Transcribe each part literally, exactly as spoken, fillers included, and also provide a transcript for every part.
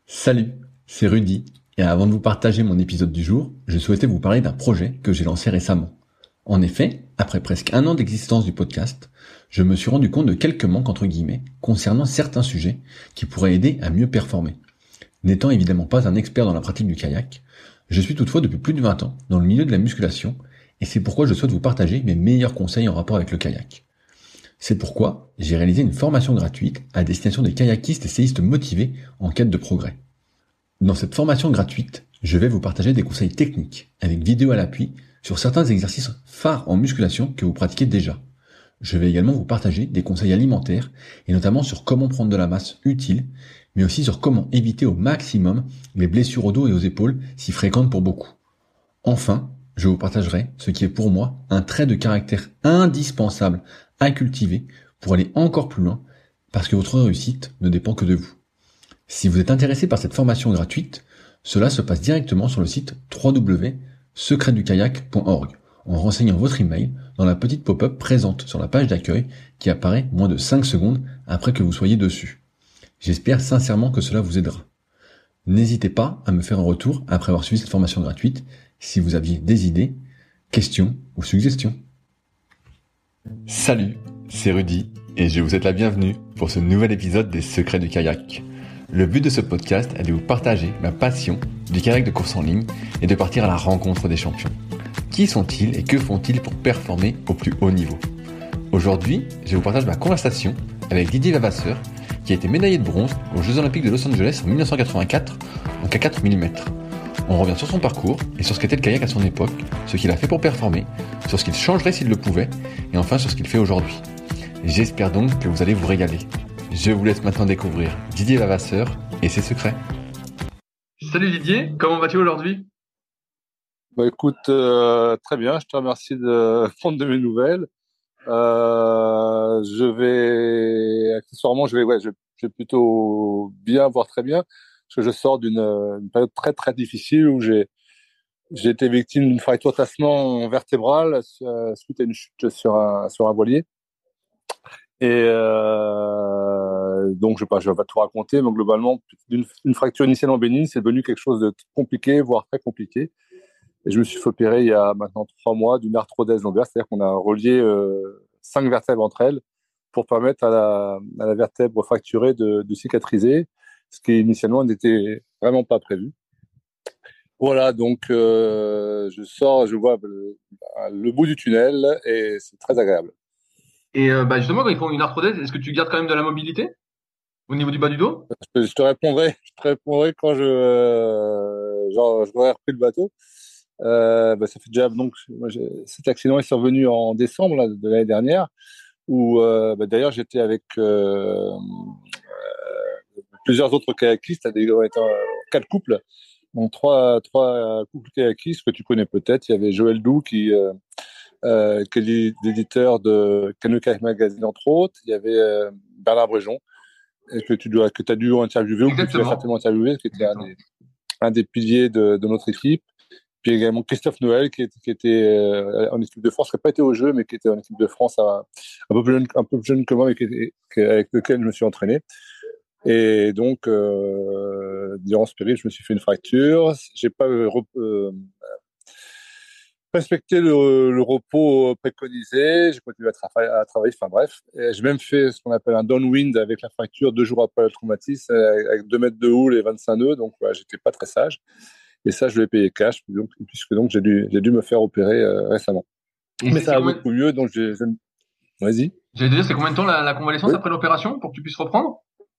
Salut, c'est Rudy, et avant de vous partager mon épisode du jour, je souhaitais vous parler d'un projet que j'ai lancé récemment. En effet, après presque un an d'existence du podcast, je me suis rendu compte de quelques manques entre guillemets concernant certains sujets qui pourraient aider à mieux performer. N'étant évidemment pas un expert dans la pratique du kayak, je suis toutefois depuis plus de vingt ans dans le milieu de la musculation, et c'est pourquoi je souhaite vous partager mes meilleurs conseils en rapport avec le kayak. C'est pourquoi j'ai réalisé une formation gratuite à destination des kayakistes et séistes motivés en quête de progrès. Dans cette formation gratuite, je vais vous partager des conseils techniques, avec vidéo à l'appui, sur certains exercices phares en musculation que vous pratiquez déjà. Je vais également vous partager des conseils alimentaires, et notamment sur comment prendre de la masse utile, mais aussi sur comment éviter au maximum les blessures au dos et aux épaules si fréquentes pour beaucoup. Enfin, je vous partagerai ce qui est pour moi un trait de caractère indispensable à cultiver pour aller encore plus loin, parce que votre réussite ne dépend que de vous. Si vous êtes intéressé par cette formation gratuite, cela se passe directement sur le site w w w point secret du kayak point org en renseignant votre email dans la petite pop-up présente sur la page d'accueil qui apparaît moins de cinq secondes après que vous soyez dessus. J'espère sincèrement que cela vous aidera. N'hésitez pas à me faire un retour après avoir suivi cette formation gratuite si vous aviez des idées, questions ou suggestions. Salut, c'est Rudy et je vous souhaite la bienvenue pour ce nouvel épisode des Secrets du kayak. Le but de ce podcast est de vous partager ma passion du kayak de course en ligne et de partir à la rencontre des champions. Qui sont-ils et que font-ils pour performer au plus haut niveau ? Aujourd'hui, je vous partage ma conversation avec Didier Vavasseur, qui a été médaillé de bronze aux Jeux Olympiques de Los Angeles en dix-neuf cent quatre-vingt-quatre en K quatre millimètres. On revient sur son parcours et sur ce qu'était le kayak à son époque, ce qu'il a fait pour performer, sur ce qu'il changerait s'il le pouvait, et enfin sur ce qu'il fait aujourd'hui. J'espère donc que vous allez vous régaler. Je vous laisse maintenant découvrir Didier Vavasseur et ses secrets. Salut Didier, comment vas-tu aujourd'hui ? Bah écoute, euh, très bien, je te remercie de prendre de mes nouvelles. Euh, je vais, accessoirement, je vais, ouais, je, je vais plutôt bien, voire très bien, parce que je sors d'une une période très très difficile où j'ai j'ai été victime d'une fracture tassement vertébrale euh, suite à une chute sur un sur un voilier. Et euh, donc, je ne vais, pas- je vais pas tout raconter, mais globalement, d'une une fracture initialement bénigne, c'est devenu quelque chose de compliqué, voire très compliqué. Et je me suis fait opérer il y a maintenant trois mois d'une arthrodèse lombaire, c'est-à-dire qu'on a relié euh, cinq vertèbres entre elles pour permettre à la, à la vertèbre fracturée de, de cicatriser, ce qui initialement n'était vraiment pas prévu. Voilà, donc euh, je sors, je vois le, le bout du tunnel et c'est très agréable. Et euh, bah justement, quand ils font une arthrodèse, est-ce que tu gardes quand même de la mobilité au niveau du bas du dos ? Je, je te répondrai, je te répondrai quand je, euh, genre, j'aurai repris le bateau. Euh, bah, ça fait déjà donc moi, cet accident est survenu en décembre là, de l'année dernière, où euh, bah, d'ailleurs j'étais avec euh, euh, plusieurs autres kayakistes, des quatre couples, donc trois trois couples kayakistes que tu connais peut-être. Il y avait Joël Doux qui euh, euh, qui est l'éditeur de Canoë Kayak Magazine entre autres. Il y avait euh, Bernard Bréjon que tu dois que tu as dû interviewer ou que tu vas certainement interviewer, qui était un des, un des piliers de, de notre équipe. Puis également Christophe Noël, qui, est, qui était euh, en équipe de France, qui n'a pas été au jeu, mais qui était en équipe de France un, un peu plus jeune, un peu plus jeune que moi, mais qui était, qui, avec lequel je me suis entraîné. Et donc, euh, durant ce périple, je me suis fait une fracture. J'ai pas euh, euh, respecté le, le repos préconisé. J'ai continué à, tra- à travailler. Enfin bref, et j'ai même fait ce qu'on appelle un downwind avec la fracture deux jours après le traumatisme, avec deux mètres de houle et vingt-cinq nœuds. Donc, ouais, j'étais pas très sage. Et ça, je l'ai payé cash, donc, puisque donc j'ai dû, j'ai dû me faire opérer euh, récemment. Et Mais c'est, ça c'est va combien... beaucoup mieux, donc j'ai... j'ai... Vas-y. J'allais te dire, c'est combien de temps la, la convalescence Oui. après l'opération pour que tu puisses reprendre ?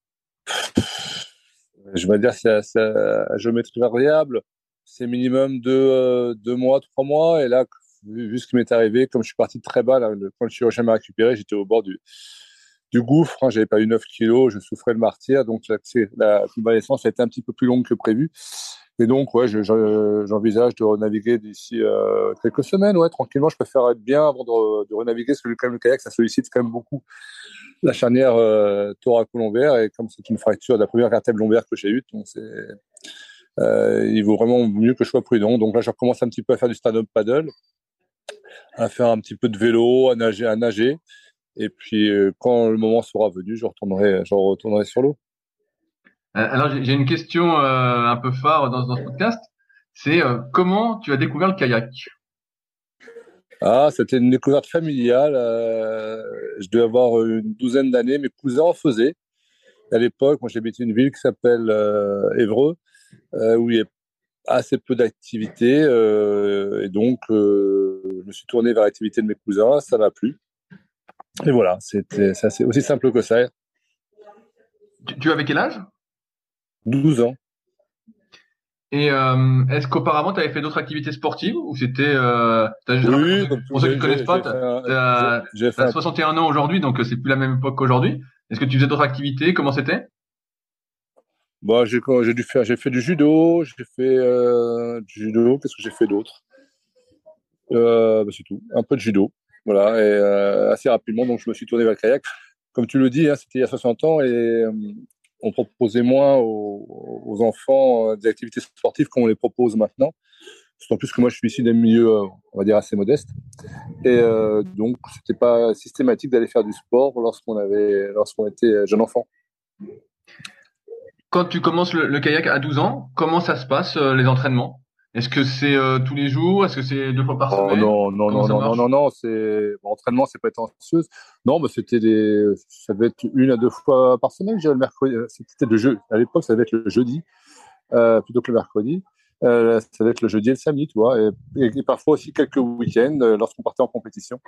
Je vais dire, c'est, c'est à géométrie variable. C'est minimum deux, euh, deux mois, trois mois. Et là, vu, vu ce qui m'est arrivé, comme je suis parti de très bas, là, le, quand le chirurgien m'a récupéré, j'étais au bord du, du gouffre. Hein, j'avais pas eu neuf kilos, je souffrais de martyr. Donc la, la convalescence a été un petit peu plus longue que prévu. Et donc, ouais, je, je, j'envisage de renaviguer d'ici euh, quelques semaines, ouais, tranquillement. Je préfère être bien avant de, de renaviguer, parce que quand même, le kayak, ça sollicite quand même beaucoup la charnière euh, thoraco-lombaire. Et comme c'est une fracture de la première vertèbre lombaire que j'ai eue, donc c'est, euh, il vaut vraiment mieux que je sois prudent. Donc là, je recommence un petit peu à faire du stand-up paddle, à faire un petit peu de vélo, à nager, à nager. Et puis, euh, quand le moment sera venu, je retournerai, je retournerai sur l'eau. Alors, j'ai j'ai une question euh, un peu phare dans, dans ce podcast. C'est euh, comment tu as découvert le kayak? Ah, c'était une découverte familiale. Euh, je devais avoir une douzaine d'années. Mes cousins en faisaient. À l'époque, moi, j'habitais une ville qui s'appelle euh, Évreux, euh, où il y a assez peu d'activités. Euh, et donc, euh, je me suis tourné vers l'activité de mes cousins. Ça m'a plu. Et voilà, c'était, c'est assez- aussi simple que ça. Tu, tu avais quel âge? douze ans. Et euh, est-ce qu'auparavant, tu avais fait d'autres activités sportives ou c'était... Euh, t'as- alors, pour, Oui, ceux, comme tout, pour ceux qui j'ai, ne connaissent j'ai, pas, j'ai tu fait un, j'ai, as, j'ai fait un, soixante et un ans aujourd'hui, donc euh, c'est plus la même époque qu'aujourd'hui. Est-ce que tu faisais d'autres activités? Comment c'était? bon, j'ai, j'ai dû faire, j'ai fait du judo, j'ai fait euh, du judo. Qu'est-ce que j'ai fait d'autre? Euh, bah, c'est tout. Un peu de judo. Voilà, et euh, assez rapidement, donc je me suis tourné vers le kayak. Comme tu le dis, hein, c'était il y a soixante ans et euh, on proposait moins aux, aux enfants euh, des activités sportives qu'on les propose maintenant. D'autant plus que moi, je suis issu d'un milieu, euh, on va dire, assez modeste. Et euh, donc, c'était pas systématique d'aller faire du sport lorsqu'on avait, lorsqu'on était jeune enfant. Quand tu commences le, le kayak à douze ans, comment ça se passe, euh, les entraînements? Est-ce que c'est euh, tous les jours? Est-ce que c'est deux fois par Oh semaine? non, non, Comment non, ça non, non, non, marche? non, c'est bon, entraînement, c'est pas prétentieuse. Non, mais c'était des, ça devait être une à deux fois par semaine, je dirais, le mercredi. C'était le jeu. À l'époque, ça devait être le jeudi euh, plutôt que le mercredi. Euh, ça devait être le jeudi et le samedi, tu vois, et, et, et parfois aussi quelques week-ends euh, lorsqu'on partait en compétition.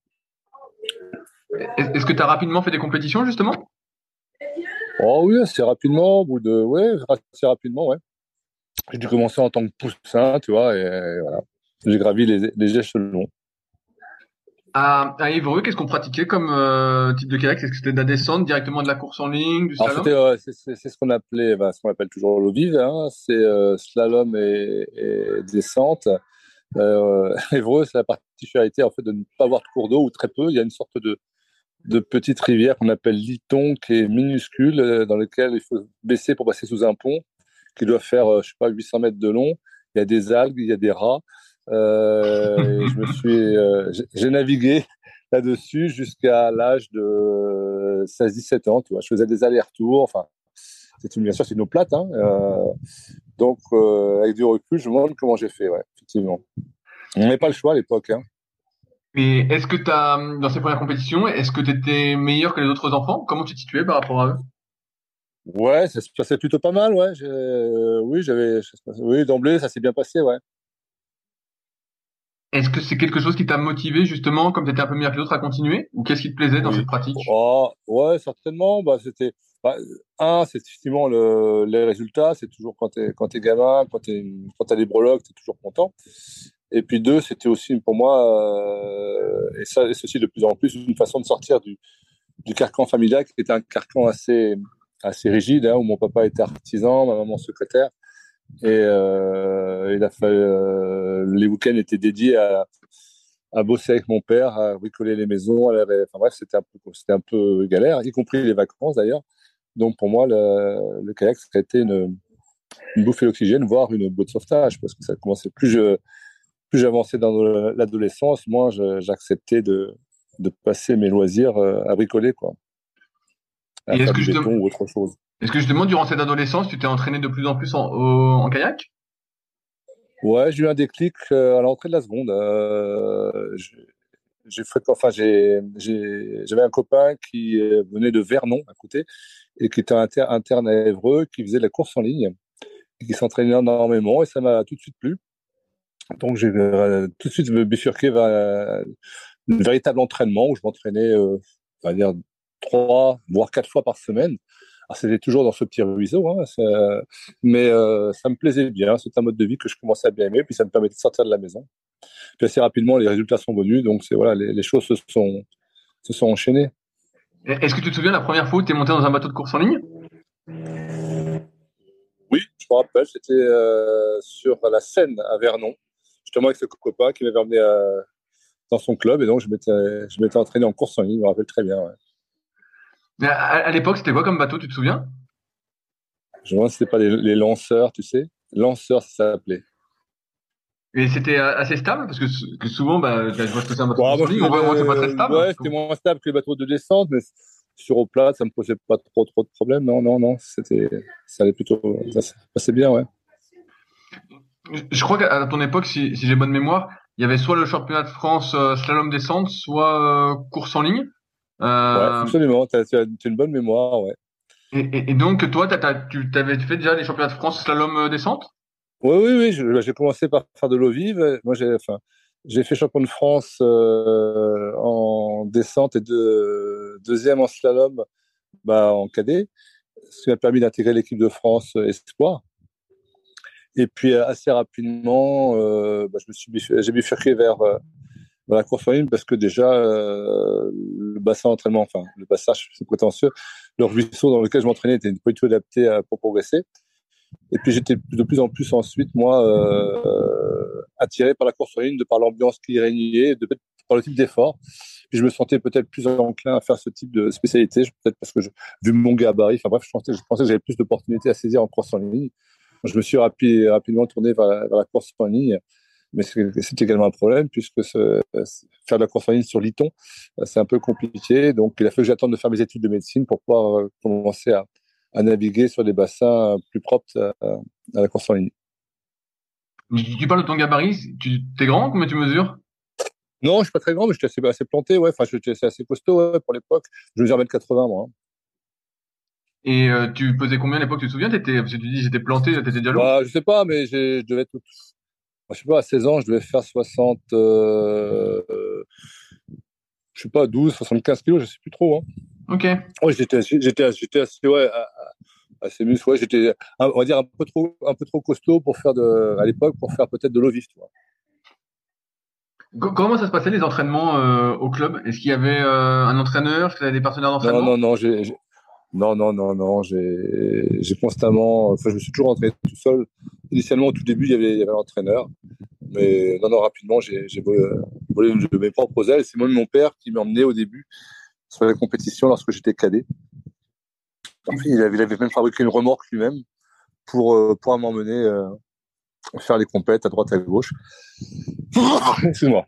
Est- Est-ce que tu as rapidement fait des compétitions, justement? Oh oui, assez rapidement, au bout de, ouais, assez rapidement, ouais. J'ai dû commencer en tant que poussin, tu vois, et voilà. J'ai gravi les, les échelons. À, à Évreux, qu'est-ce qu'on pratiquait comme euh, type de kayak? Est-ce que c'était de la descente, directement de la course en ligne, du Alors c'était, slalom? euh, c'est, c'est, c'est ce qu'on appelait, ben, ce qu'on appelle toujours l'eau vive, hein, c'est euh, slalom et, et descente. Euh, Évreux, c'est la particularité en fait de ne pas avoir de cours d'eau ou très peu. Il y a une sorte de, de petite rivière qu'on appelle Liton, qui est minuscule, euh, dans lequel il faut baisser pour passer sous un pont qui doit faire, euh, je sais pas, huit cents mètres de long. Il y a des algues, il y a des rats. Euh, et je me suis, euh, j'ai, j'ai navigué là-dessus jusqu'à l'âge de seize dix-sept ans. Tu vois, je faisais des allers-retours. Enfin, c'est une, bien sûr, c'est une eau plate. Hein, euh, donc, euh, avec du recul, je me demande comment j'ai fait. Ouais, effectivement. On n'avait pas le choix à l'époque. Hein. Et est-ce que t'as, dans ces premières compétitions, est-ce que tu étais meilleur que les autres enfants? Comment tu te situais par rapport à eux? Ouais, ça se passait plutôt pas mal. Ouais, j'ai, euh, oui, j'avais, oui, d'emblée, ça s'est bien passé. Ouais. Est-ce que c'est quelque chose qui t'a motivé justement, comme tu étais un peu meilleur que les autres, à continuer? Ou qu'est-ce qui te plaisait dans cette Oui. pratique? Oh, ouais, certainement. Bah, c'était, bah, un, c'est effectivement le, les résultats. C'est toujours quand t'es, quand t'es gamin, quand t'es, quand t'as des breloques, t'es toujours content. Et puis deux, c'était aussi pour moi, euh, et ça, et ceci de plus en plus, une façon de sortir du, du carcan familial qui était un carcan assez, assez rigide, hein, où mon papa était artisan, ma maman secrétaire. Et euh, il a fallu, euh, les week-ends étaient dédiés à, à bosser avec mon père, à bricoler les maisons. À la, enfin bref, c'était un peu, c'était un peu galère, y compris les vacances d'ailleurs. Donc pour moi, le, le kayak, ça a été une, une bouffée d'oxygène, voire une bouée de sauvetage, parce que ça commençait plus je, plus j'avançais dans l'adolescence, moins je, j'acceptais de, de passer mes loisirs euh, à bricoler, quoi, à Et est-ce faire que du justement, béton ou autre chose. est-ce que justement, durant cette adolescence, tu t'es entraîné de plus en plus en, au- en kayak? Ouais, j'ai eu un déclic euh, à l'entrée de la seconde. Euh, j'ai, j'ai fréquent- enfin, j'ai, j'ai, j'avais un copain qui euh, venait de Vernon, à côté, et qui était inter, interne à Évreux, qui faisait de la course en ligne, et qui s'entraînait énormément, et ça m'a tout de suite plu. Donc j'ai euh, tout de suite bifurqué vers euh, un véritable entraînement où je m'entraînais, euh, on va dire, trois, voire quatre fois par semaine. Alors, c'était toujours dans ce petit ruisseau, hein, ça- mais euh, ça me plaisait bien. C'est un mode de vie que je commençais à bien aimer, puis ça me permettait de sortir de la maison. Puis assez rapidement, les résultats sont venus, donc c'est voilà, les, les choses se sont, se sont enchaînées. Est-ce que tu te souviens la première fois où tu es monté dans un bateau de course en ligne? Oui, je me rappelle, c'était euh, sur la Seine à Vernon, justement avec ce copain qui m'avait emmené à, dans son club, et donc je m'étais, je m'étais entraîné en course en ligne, je me rappelle très bien. Ouais. À, à l'époque, c'était quoi comme bateau, tu te souviens? Je me demande si c'était pas les, les lanceurs, tu sais. Lanceurs, ça s'appelait. Et c'était euh, assez stable parce que, que souvent, bah, je vois ce que c'est un bateau de Bon, course moi, en je ligne, on faisais voit, on voit que c'est pas très le... stable. Ouais, c'était moins stable que les bateaux de descente, mais sur eau plate, ça me posait pas trop trop de problèmes. Non, non, non, c'était, ça allait plutôt, ça, ça passait bien, ouais. Je crois qu'à ton époque, si, si j'ai bonne mémoire, il y avait soit le championnat de France euh, slalom descente, soit euh, course en ligne. Ouais, Euh, absolument. T'as, t'as une bonne mémoire, ouais. et, et, et donc, toi, t'as, t'as, tu t'avais fait déjà les championnats de France slalom euh, descente? Oui, oui, oui. je- J'ai commencé par faire de l'eau vive. Moi, j'ai, enfin, j'ai fait champion de France euh, en descente et de, deuxième en slalom, bah, en cadet, ce qui m'a permis d'intégrer l'équipe de France euh, Espoir. Et puis euh, assez rapidement, euh, bah, je me suis bif- j'ai bifurqué vers, euh, vers la course en ligne parce que déjà euh, le bassin d'entraînement, enfin le bassin, c'est prétentieux, le ruisseau dans lequel je m'entraînais était pas du tout adapté à, pour progresser. Et puis j'étais de plus en plus ensuite, moi, euh, attiré par la course en ligne, de par l'ambiance qui y régnait, de, par le type d'effort. Puis je me sentais peut-être plus enclin à faire ce type de spécialité, peut-être parce que je, vu mon gabarit, enfin bref, je pensais, je pensais que j'avais plus d'opportunités à saisir en course en ligne. Je me suis rapi, rapidement tourné vers la, vers la course en ligne, mais c'est, c'est également un problème puisque ce, faire de la course en ligne sur Liton, c'est un peu compliqué. Donc il a fallu que j'attende de faire mes études de médecine pour pouvoir euh, commencer à, à naviguer sur des bassins plus propres à, à la course en ligne. Tu, tu parles de ton gabarit, tu t'es grand, combien tu mesures? Non, je suis pas très grand, mais j'étais assez, assez planté, ouais. Enfin, j'étais assez, assez costaud, ouais, pour l'époque. Je mesure un mètre quatre-vingts, moi. Et euh, tu pesais combien à l'époque, tu te souviens? T'étais, parce que tu dis j'étais planté, t'étais déjà lourd? Bah, je sais pas, mais j'ai, je devais être, je sais pas, à seize ans, je devais faire soixante, euh, je sais pas, douze, soixante-quinze kilos, je sais plus trop, hein. Ok. Ouais, j'étais, j'étais, j'étais assez, ouais, assez muscle, ouais, j'étais, on va dire, un peu trop, un peu trop costaud pour faire de, à l'époque, pour faire peut-être de l'eau vive, tu vois. Co- Comment ça se passait les entraînements euh, au club? Est-ce qu'il y avait euh, un entraîneur? Est-ce qu'il y avait des partenaires Non, d'entraînement? non, non, j'ai, j'ai- non, non, non, non, j'ai, j'ai constamment, enfin, je me suis toujours entraîné tout seul. Initialement, au tout début, il y avait, il y avait l'entraîneur. Mais non, non, rapidement, j'ai, j'ai volé, volé de mes propres ailes. C'est moi mon père qui m'emmenait au début sur la compétition lorsque j'étais cadet. Enfin, il avait, il avait même fabriqué une remorque lui-même pour, euh, pour m'emmener euh, faire les compètes à droite à gauche. Excuse-moi.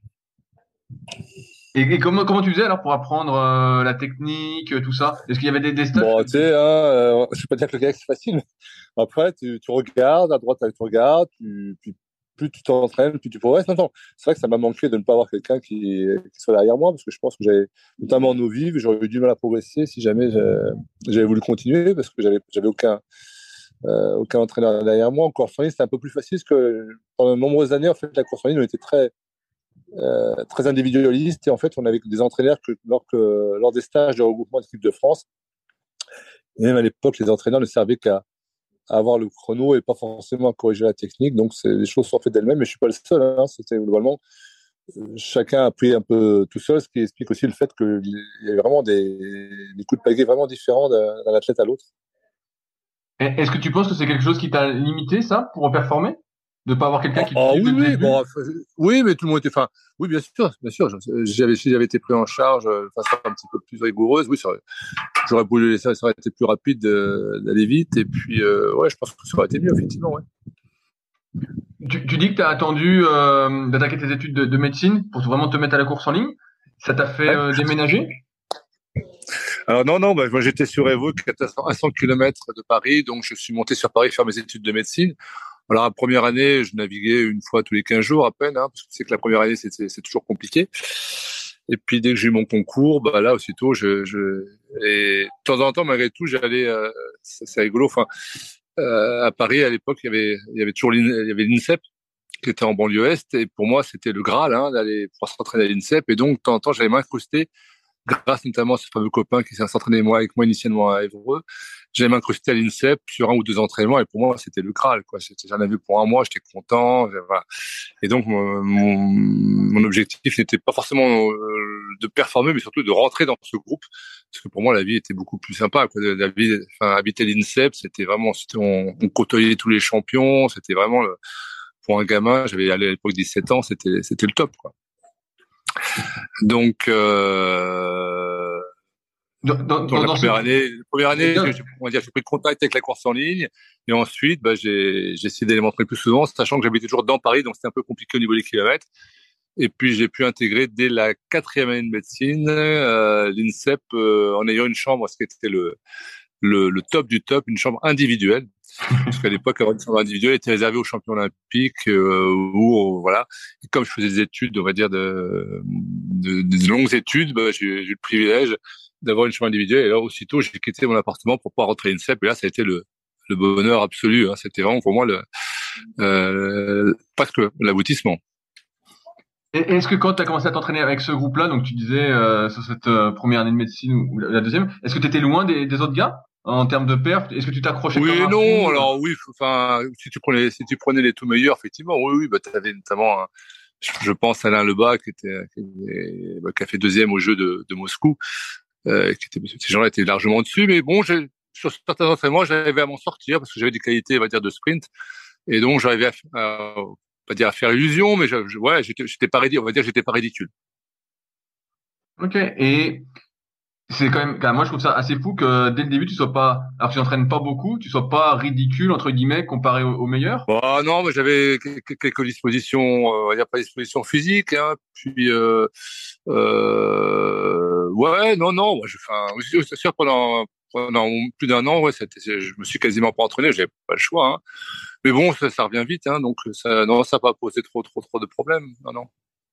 Et, et comment, comment tu faisais alors pour apprendre euh, la technique, euh, tout ça? Est-ce qu'il y avait des, des stages? Bon, tu sais, hein, euh, je ne vais pas dire que le kayak c'est facile, mais après, tu, tu regardes, à droite, tu regardes, tu, puis plus tu t'entraînes, plus tu progresses. Non, non, c'est vrai que ça m'a manqué de ne pas avoir quelqu'un qui, qui soit derrière moi, parce que je pense que j'avais, notamment en eau vive, j'aurais eu du mal à progresser si jamais j'avais, j'avais voulu continuer, parce que j'avais, j'avais aucun, euh, aucun entraîneur derrière moi. En course en ligne, c'était un peu plus facile, parce que pendant de nombreuses années, en fait, la course en ligne, on était très, euh, très individualiste, et en fait, on avait des entraîneurs que, lors, que, lors des stages de regroupement d'équipe de France, et même à l'époque, les entraîneurs ne servaient qu'à à avoir le chrono et pas forcément à corriger la technique. Donc, c'est, les choses sont faites d'elles-mêmes, mais je suis pas le seul, hein. C'était globalement, euh, chacun a pris un peu tout seul, ce qui explique aussi le fait qu'il y a vraiment des, des coups de pagaie vraiment différents d'un, d'un athlète à l'autre. Et est-ce que tu penses que c'est quelque chose qui t'a limité, ça, pour performer? De pas avoir quelqu'un Ah, qui te ah, suive oui, dès le oui, début? bon, enfin, oui, mais tout le monde était, enfin, oui, bien sûr, bien sûr. J'avais, si j'avais été pris en charge euh, de façon un petit peu plus rigoureuse, oui, ça aurait, j'aurais voulu, ça, ça aurait été plus rapide de, d'aller vite, et puis, euh, ouais, je pense que ça aurait été mieux, effectivement, ouais. Tu, tu dis que tu as attendu euh, d'attaquer tes études de, de médecine pour vraiment te mettre à la course en ligne. Ça t'a fait Ouais. euh, déménager? Alors non, non, bah, moi j'étais sur Évreux, à cent kilomètres de Paris, donc je suis monté sur Paris faire mes études de médecine. Alors la première année, je naviguais une fois tous les quinze jours à peine, hein, parce que c'est que la première année c'est, c'est, c'est toujours compliqué. Et puis dès que j'ai eu mon concours, bah là aussitôt, je, je... et de temps en temps malgré tout, j'allais, euh, c'est, c'est rigolo. Enfin, euh, à Paris à l'époque, il y avait, il y avait toujours l'I N, il y avait l'INSEP qui était en banlieue est, et pour moi c'était le Graal, hein, d'aller pouvoir s'entraîner à l'INSEP. Et donc de temps en temps, j'allais m'incruster grâce notamment à ce fameux copain qui s'est entraîné moi, avec moi initialement à Évreux. J'allais m'incruster à l'INSEP sur un ou deux entraînements, et pour moi, c'était le Graal, quoi. C'était, j'en avais vu pour un mois, j'étais content, voilà. Et donc, mon, mon objectif n'était pas forcément euh, de performer, mais surtout de rentrer dans ce groupe, parce que pour moi, la vie était beaucoup plus sympa, quoi. La vie, enfin, habiter l'INSEP, c'était vraiment, c'était, on, on côtoyait tous les champions, c'était vraiment, le, pour un gamin, j'avais à l'époque dix-sept ans, c'était, c'était le top, quoi. Donc, euh, Dans, dans, donc la dans ce... première année, la première année, j'ai, j'ai, on va dire, j'ai pris contact avec la course en ligne, et ensuite, bah, j'ai, j'ai essayé d'aller m'entraîner plus souvent, sachant que j'habitais toujours dans Paris, donc c'était un peu compliqué au niveau des kilomètres. Et puis j'ai pu intégrer dès la quatrième année de médecine euh, l'INSEP euh, en ayant une chambre, ce qui était le, le, le top du top, une chambre individuelle. Parce qu'à l'époque, avoir une chambre individuelle était réservée aux champions olympiques, euh, où voilà. Et comme je faisais des études, on va dire de, de, de longues études, bah, j'ai, j'ai eu le privilège d'avoir une chambre individuelle. Et alors aussitôt, j'ai quitté mon appartement pour pouvoir rentrer à l'INSEP. Et là, ça a été le, le bonheur absolu. Hein. C'était vraiment pour moi le euh, presque l'aboutissement. Et est-ce que quand tu as commencé à t'entraîner avec ce groupe-là, donc tu disais euh, sur cette euh, première année de médecine ou la deuxième, est-ce que tu étais loin des, des autres gars en termes de perf? Est-ce que tu t'accrochais Oui comme un et non. fou? Alors oui, enfin, si tu prenais, si tu prenais les tout meilleurs, effectivement, oui, oui, bah t'avais notamment, hein, je, je pense Alain Lebas qui était, qui, était, bah, qui a fait deuxième au jeu de, de Moscou, euh, qui était, ces gens-là étaient largement dessus, mais bon, j'ai, sur certains entraînements, j'arrivais à m'en sortir parce que j'avais des qualités, on va dire, de sprint, et donc j'arrivais à, à pas dire à faire illusion, mais je, je, ouais, j'étais, j'étais pas ridicule, on va dire, j'étais pas ridicule. Ok. Et c'est quand même, quand même, moi je trouve ça assez fou que dès le début tu sois pas, alors que tu n'entraînes pas beaucoup, tu sois pas ridicule entre guillemets comparé aux, aux meilleurs. Bah non, mais j'avais quelques, quelques dispositions, euh, on va dire pas dispositions physiques, hein, puis euh, euh, ouais, non, non, ouais, je, enfin, c'est sûr pendant pendant plus d'un an, ouais, c'était, je me suis quasiment pas entraîné, j'avais pas le choix, hein. Mais bon, ça, ça revient vite, hein, donc ça, non, ça n'a pas posé trop, trop, trop de problèmes, non, non.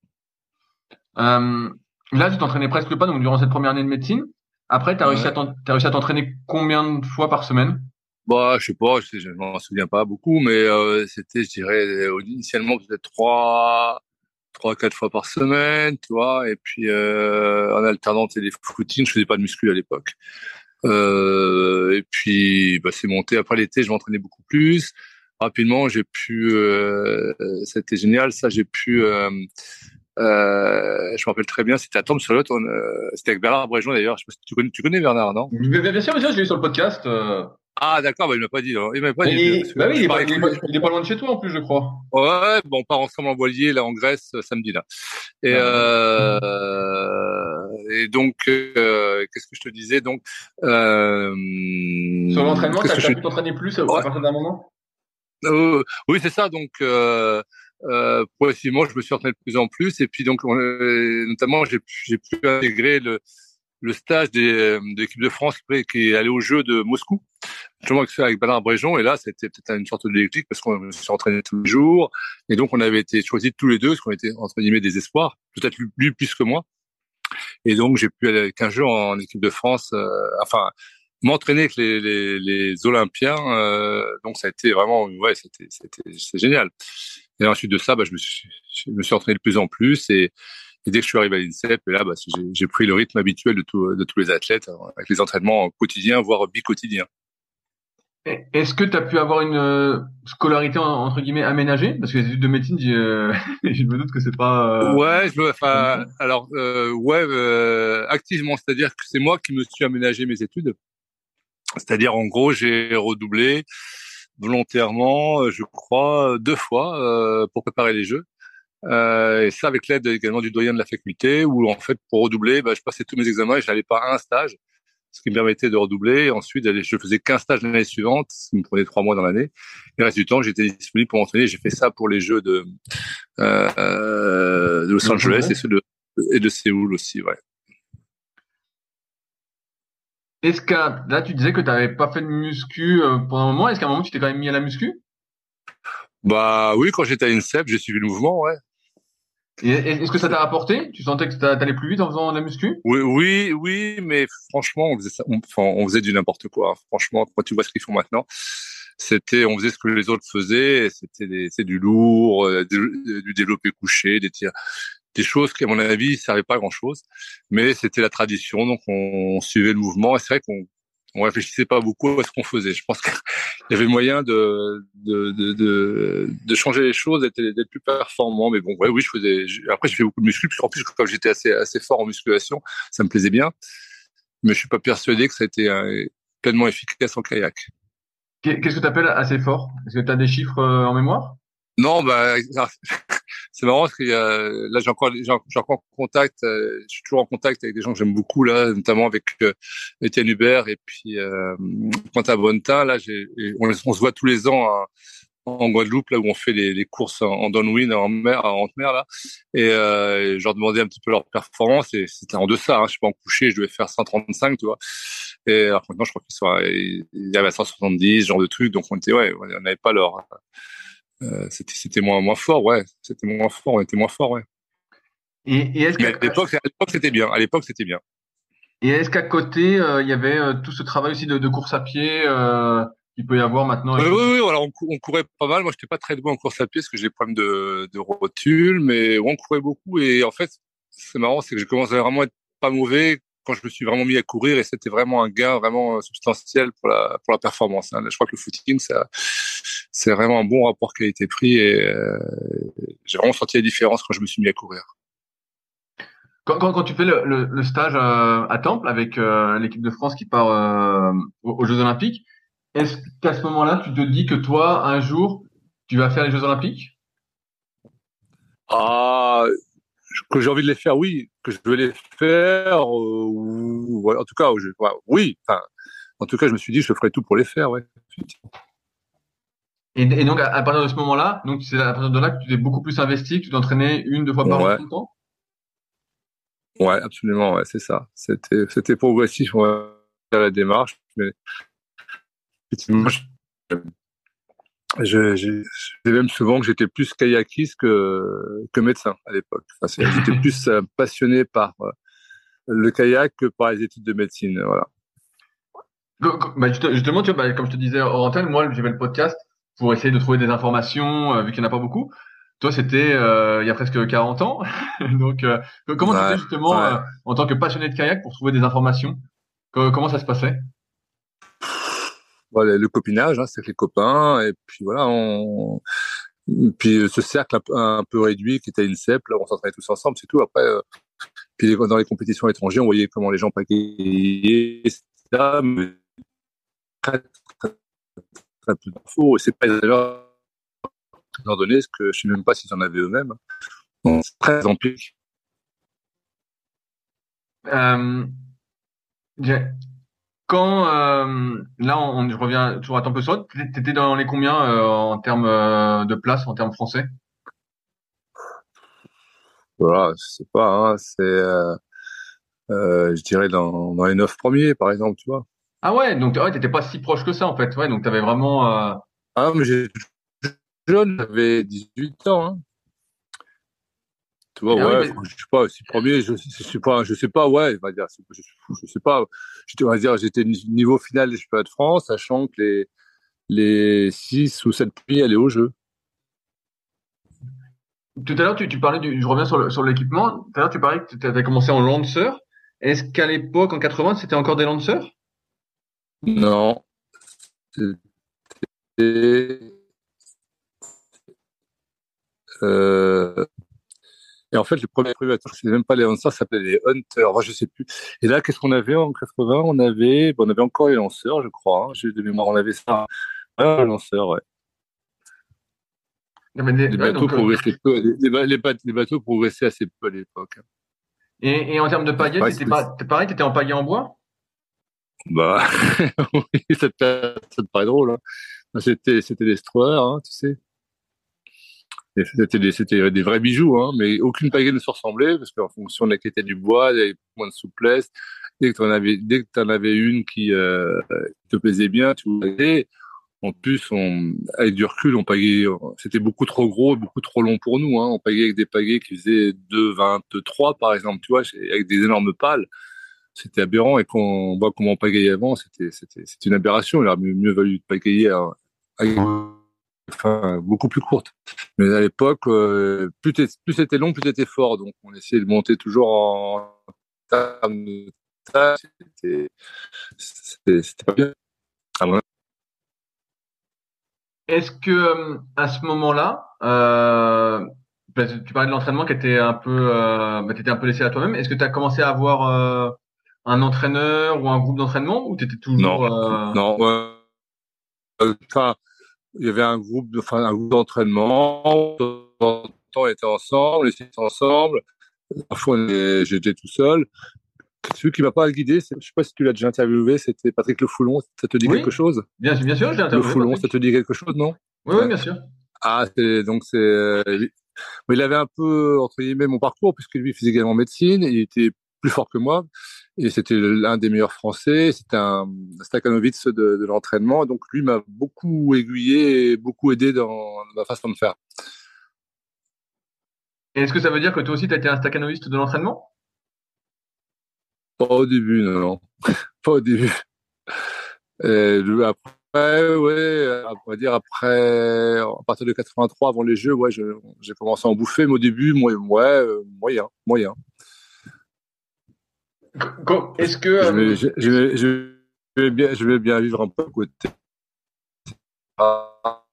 Euh, Là tu t'entraînais presque pas donc durant cette première année de médecine. Après t'as réussi à Ouais. t'en- t'as réussi à t'entraîner combien de fois par semaine? Bah, je sais pas, je, je m'en souviens pas beaucoup, mais euh, c'était, je dirais, euh, initialement peut-être trois, trois, quatre fois par semaine, tu vois, et puis euh, en alternant des footings, je faisais pas de muscu à l'époque. Euh, et puis, bah, c'est monté. Après l'été, je m'entraînais beaucoup plus. Rapidement, j'ai pu, euh, c'était génial, ça, j'ai pu. Euh, euh, je me rappelle très bien, c'était à Tombe-sur-Lot, on, euh, c'était avec Bernard Bréjon d'ailleurs. Je sais pas si tu connais, tu connais Bernard, non? Bien bien sûr, bien sûr, je l'ai eu sur le podcast. Euh... Ah d'accord, bah, il m'a pas dit. Alors. Il m'a pas dit. Et, Parce que bah oui, il je est pas, parlais il est avec pas, lui. il est pas loin de chez toi en plus, je crois. Ouais, bon, on part ensemble en voilier là en Grèce euh, samedi là. Et, Ah, voilà. euh, et donc, euh, qu'est-ce que je te disais donc euh, Sur l'entraînement, Qu'est-ce t'as, que t'as je pu t'entraîner plus à ouais, partir d'un moment? euh, oui, c'est ça. Donc, euh, euh, progressivement, je me suis entraîné de plus en plus. Et puis donc, on, euh, notamment, j'ai j'ai pu intégrer le le stage des, euh, de l'équipe de France qui qui est allé aux Jeux de Moscou, justement avec Bernard Bréjon. Et là, c'était peut-être une sorte de déclic parce qu'on s'est entraîné tous les jours. Et donc, on avait été choisis tous les deux parce qu'on était, entre guillemets, des espoirs. Peut-être lui, lui plus que moi. Et donc, j'ai pu aller quinze jours en équipe de France, euh, enfin, m'entraîner avec les, les, les Olympiens. Euh, donc, ça a été vraiment, ouais, c'était, c'était, c'est génial. Et ensuite de ça, bah, je me suis, je me suis entraîné de plus en plus. Et, et dès que je suis arrivé à l'INSEP, et là, bah, j'ai, j'ai pris le rythme habituel de, tout, de tous les athlètes, hein, avec les entraînements quotidiens, voire bi-quotidiens. Et- Est-ce que tu as pu avoir une euh, scolarité en- entre guillemets aménagée? Parce que les études de médecine, j'ai, euh, je me doute que c'est pas. Euh, Ouais, je me, comme enfin, ça. alors, euh, ouais, euh, activement, c'est-à-dire que c'est moi qui me suis aménagé mes études. C'est-à-dire, en gros, j'ai redoublé volontairement, euh, je crois, deux fois euh, pour préparer les Jeux. Euh, et ça avec l'aide également du doyen de la faculté, où en fait, pour redoubler, bah, je passais tous mes examens et je n'allais pas à un stage, ce qui me permettait de redoubler. Et ensuite, je faisais qu'un stage l'année suivante, ce qui me prenait trois mois dans l'année. Et le reste du temps, j'étais disponible pour m'entraîner. J'ai fait ça pour les Jeux de, euh, de Los Los Angeles et Angeles. ceux de, et de Séoul aussi, ouais. Est-ce que là tu disais que tu n'avais pas fait de muscu euh, pendant un moment? Est-ce qu'à un moment tu t'es quand même mis à la muscu? Bah oui, quand j'étais à l'INSEP, j'ai suivi le mouvement, ouais. Et est-ce que ça t'a rapporté? Tu sentais que t'a- t'allais plus vite en faisant de la muscu? Oui, oui, oui, mais franchement, on faisait ça, on, enfin, on faisait du n'importe quoi, hein. Franchement, quand tu vois ce qu'ils font maintenant, c'était, on faisait ce que les autres faisaient, et c'était des, c'est du lourd, euh, du, du développé couché, des tirs, des choses qui, à mon avis, servaient pas à grand chose. Mais c'était la tradition, donc on, on suivait le mouvement, et c'est vrai qu'on, on réfléchissait pas beaucoup à ce qu'on faisait. Je pense qu'il y avait moyen de, de, de, de, de changer les choses, d'être, d'être plus performant. Mais bon, ouais, oui, je faisais, je, après, j'ai fait beaucoup de muscu, puisqu'en plus, comme j'étais assez, assez fort en musculation, ça me plaisait bien. Mais je suis pas persuadé que ça a été euh, pleinement efficace en kayak. Qu'est- Qu'est-ce que tu appelles assez fort? Est-ce que tu as des chiffres euh, en mémoire? Non, bah, c'est marrant parce que euh, là, j'ai encore, j'ai, j'ai encore contact, euh, je suis toujours en contact avec des gens que j'aime beaucoup là, notamment avec euh, Étienne Hubert et puis euh, Quentin Bonnetin. Là, j'ai, on, on se voit tous les ans hein, en Guadeloupe, là où on fait les, les courses en, en downwind, en mer, en haute mer, là. Et, euh, et je leur demandais un petit peu leur performance, et c'était en deçà, hein. Je sais pas, en coucher, je devais faire cent trente-cinq, tu vois. Et alors maintenant, je crois qu'ils sont, il y avait cent soixante-dix, ce genre de trucs, donc on était, ouais, on n'avait pas leur, euh, c'était, c'était moins, moins fort, ouais. C'était moins fort, on était moins fort, ouais. Et, et est-ce Mais qu'à... à l'époque, à l'époque, c'était bien. À l'époque, c'était bien. Et est-ce qu'à côté, euh, il y avait euh, tout ce travail aussi de, de course à pied euh, qu'il peut y avoir maintenant? Oui, oui, oui, voilà, on, cou- on courait pas mal. Moi, j'étais pas très doué en course à pied parce que j'ai des problèmes de, de rotule, mais on courait beaucoup. Et en fait, c'est marrant, c'est que j'ai commencé à vraiment être pas mauvais quand je me suis vraiment mis à courir, et c'était vraiment un gain vraiment substantiel pour la pour la performance, hein. Je crois que le footing, ça, c'est vraiment un bon rapport qualité-prix, et euh, j'ai vraiment senti la différence quand je me suis mis à courir. Quand, quand, quand tu fais le, le, le stage euh, à Temple avec euh, l'équipe de France qui part euh, aux, aux Jeux Olympiques, est-ce qu'à ce moment-là, tu te dis que toi, un jour, tu vas faire les Jeux Olympiques? Ah, que j'ai envie de les faire, oui. Que je veux les faire, euh, ou, ouais, en tout cas, je, ouais, oui. Enfin, en tout cas, je me suis dit, je ferai tout pour les faire, ouais. Et, et donc, à, à partir de ce moment-là, donc c'est à partir de là que tu t'es beaucoup plus investi, que tu t'entraînais une, deux fois par jour Ouais. tout le temps? Ouais, absolument, ouais, c'est ça. C'était, c'était progressif, ouais, à la démarche, mais effectivement, je, je, je, je dis même souvent que j'étais plus kayakiste que, que médecin à l'époque. Enfin, c'est- j'étais plus euh, passionné par euh, le kayak que par les études de médecine, voilà. Go- go- Bah, juste- justement, tu vois, bah, comme je te disais hors antenne, moi, j'avais le podcast pour essayer de trouver des informations, euh, vu qu'il n'y en a pas beaucoup. Toi, c'était euh, il y a presque quarante ans. Donc, euh, comment tu fais Ouais, justement, ouais. euh, en tant que passionné de kayak, pour trouver des informations? Co- Comment ça se passait? Voilà, le copinage, hein, c'est avec les copains, et puis voilà, on, et puis euh, ce cercle un peu, un peu réduit qui était à l'INSEP, là, on s'entraînait tous ensemble, c'est tout. Après, euh, puis dans les compétitions étrangères, on voyait comment les gens pagayaient, et cetera. Mais très, très, très peu d'infos. Et c'est pas d'ailleurs étant donné ce que je sais même pas s'ils en avaient eux-mêmes. Donc, c'est très empirique. Euh, j'ai- quand euh, là, on, je reviens toujours à Temple Sound, t'étais dans les combien euh, en termes euh, de place, en termes français? Voilà, je sais pas, hein, c'est, euh, euh, je dirais dans, dans les neuf premiers, par exemple, tu vois. Ah ouais, donc ouais, t'étais pas si proche que ça en fait. Ouais, donc t'avais vraiment. Euh... Ah, mais j'ai jeune, j'avais dix-huit ans, hein. Tu vois, Ah oui, ouais, mais je sais pas, si premier, je, je sais pas, je sais pas, ouais, on va dire, je, je sais pas, je, on va dire, j'étais niveau final des championnats de France, sachant que les, les six ou sept premiers allaient au jeu. tout à l'heure, tu, tu parlais du, je reviens sur le- sur l'équipement. Tout à l'heure, tu parlais que tu avais commencé en Lancer. Est-ce qu'à l'époque, en quatre-vingts, c'était encore des Lancers? Non, c'était, euh, et en fait, les premiers privateurs, c'était même pas les lanceurs, ça s'appelait les hunters. Enfin, je sais plus. Et là, qu'est-ce qu'on avait en quatre-vingts? On avait, bon, on avait encore les lanceurs, je crois, hein. J'ai de mémoire, on avait ça. Ouais, les lanceurs, ouais. Non, mais des- Les ouais, bateaux donc, euh, progressaient peu, les, les, ba- les ba- les bateaux progressaient assez peu à l'époque. et, et en termes de C'est paillettes, pareil, t'étais c'était, pas, t'es pareil, t'étais en paillet en bois? bah, oui, ça te, ça te paraît drôle, hein. C'était, c'était des Stroher, hein, tu sais. Et c'était des, c'était des vrais bijoux, hein, mais aucune pagaie ne se ressemblait, parce qu'en fonction de la qualité du bois, il y avait moins de souplesse. Dès que t'en avais, dès que t'en avais une qui, euh, qui te plaisait bien, tu voulais. En plus, on, avec du recul, on pagayait, c'était beaucoup trop gros, beaucoup trop long pour nous, hein. On pagayait avec des pagaies qui faisaient deux vingt-trois, par exemple, tu vois, avec des énormes pales. C'était aberrant, et quand on voit comment on pagayait avant, c'était, c'était, c'était une aberration. Il aurait mieux, mieux valu de pagayer à, à enfin, beaucoup plus courte. Mais à l'époque, euh, plus, plus c'était long, plus c'était fort. Donc, on essayait de monter toujours en termes de taille. C'était, c'était, c'était pas bien. Ah, ouais. Est-ce que euh, à ce moment-là, euh, parce que tu parlais de l'entraînement qui était un peu, euh, bah, t'étais un peu laissé à toi-même. Est-ce que tu as commencé à avoir euh, un entraîneur ou un groupe d'entraînement, ou t'étais Non, toujours euh... non. Euh, enfin, il y avait un groupe, de, enfin, un groupe d'entraînement. De temps en temps, on était ensemble, on était ensemble. Parfois, on est- j'étais tout seul. Celui qui m'a pas guidé, c'est, je sais pas si tu l'as déjà interviewé, c'était Patrick Le Foulon. Ça te dit quelque Oui, chose? bien, bien sûr, je l'ai Le interviewé, Foulon, ça Patrick. te dit quelque chose, non? Oui, oui, bien sûr. Ah, c'est, donc c'est, euh, il il avait un peu, entre guillemets, mon parcours, puisque lui faisait également médecine, il était plus fort que moi, et c'était l'un des meilleurs Français, c'était un Stakhanovitz de, de l'entraînement, donc lui m'a beaucoup aiguillé et beaucoup aidé dans ma façon de faire. Et est-ce que ça veut dire que toi aussi, tu as été un staccanoviste de l'entraînement? Pas au début, non, non. Pas au début. Et le- après, ouais, on va dire après, à partir de quatre-vingt-trois, avant les Jeux, ouais, je- j'ai commencé à en bouffer, mais au début, moi, ouais, euh, moyen, moyen. Co- co- Est-ce que Je euh, vais, je, je vais, je vais bien, je vais bien vivre un peu à côté. Ah,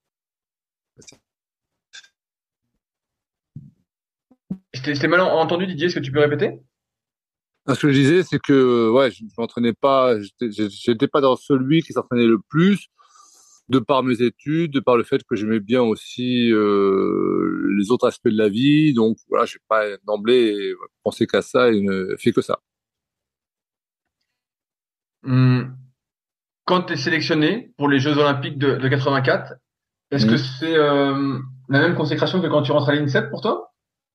je t'ai je t'ai mal en- entendu, Didier, est-ce que tu peux répéter? ce que je disais, c'est que, ouais, je, je m'entraînais pas, j'étais je- j'étais pas dans celui qui s'entraînait le plus, de par mes études, de par le fait que j'aimais bien aussi euh, les autres aspects de la vie. Donc voilà, j'ai pas d'emblée pensé qu'à ça et ne fait que ça. Hum, Quand tu es sélectionné pour les Jeux Olympiques de, de quatre-vingt-quatre, est-ce que Mmh. c'est euh, la même consécration que quand tu rentres à l'INSEP pour toi?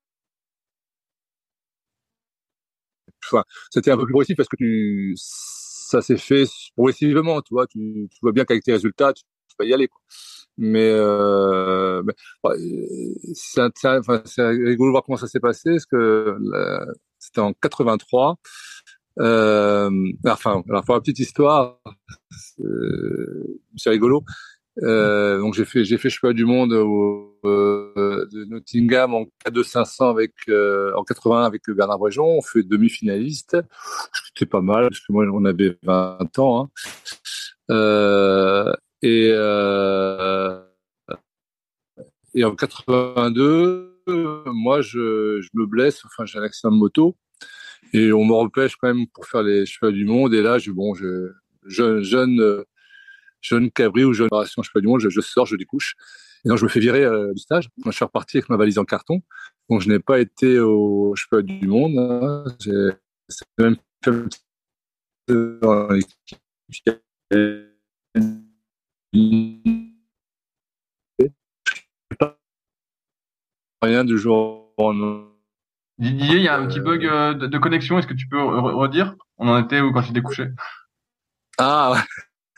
Enfin, c'était un peu plus progressif parce que tu, ça s'est fait progressivement, tu vois. Tu, tu vois bien qu'avec tes résultats, tu, tu vas y aller, quoi. Mais, euh, mais ouais, c'est un- c'est un- enfin, c'est rigolo de voir comment ça s'est passé, parce que là, c'était en quatre-vingt-trois. Euh, enfin, alors pour la petite histoire, euh, c'est rigolo. Euh, donc j'ai fait j'ai fait championnat du monde au, euh, de Nottingham en K deux cinq cents avec euh, en quatre-vingt-un avec Bernard Bréjon. On fait demi-finaliste. C'était pas mal parce que moi on avait vingt ans. Hein. Euh, et euh, et en quatre-vingt-deux, moi je je me blesse. Enfin j'ai un accident de moto et on me repêche quand même pour faire les championnats du monde. Et là je bon je jeune jeune jeune cabri ou jeune génération championnat du monde, je, je sors, je découche. Et donc, je me fais virer euh, du stage. Moi, je suis reparti avec ma valise en carton. Donc, je n'ai pas été au championnat du monde. Hein. J'ai c'est même fait un petit peu dans l'équipe. Rien du jour au lendemain. Didier, il y a un petit bug Euh... euh, de, de connexion, est-ce que tu peux re- redire? On en était où quand tu t'es couché? Ah, ouais.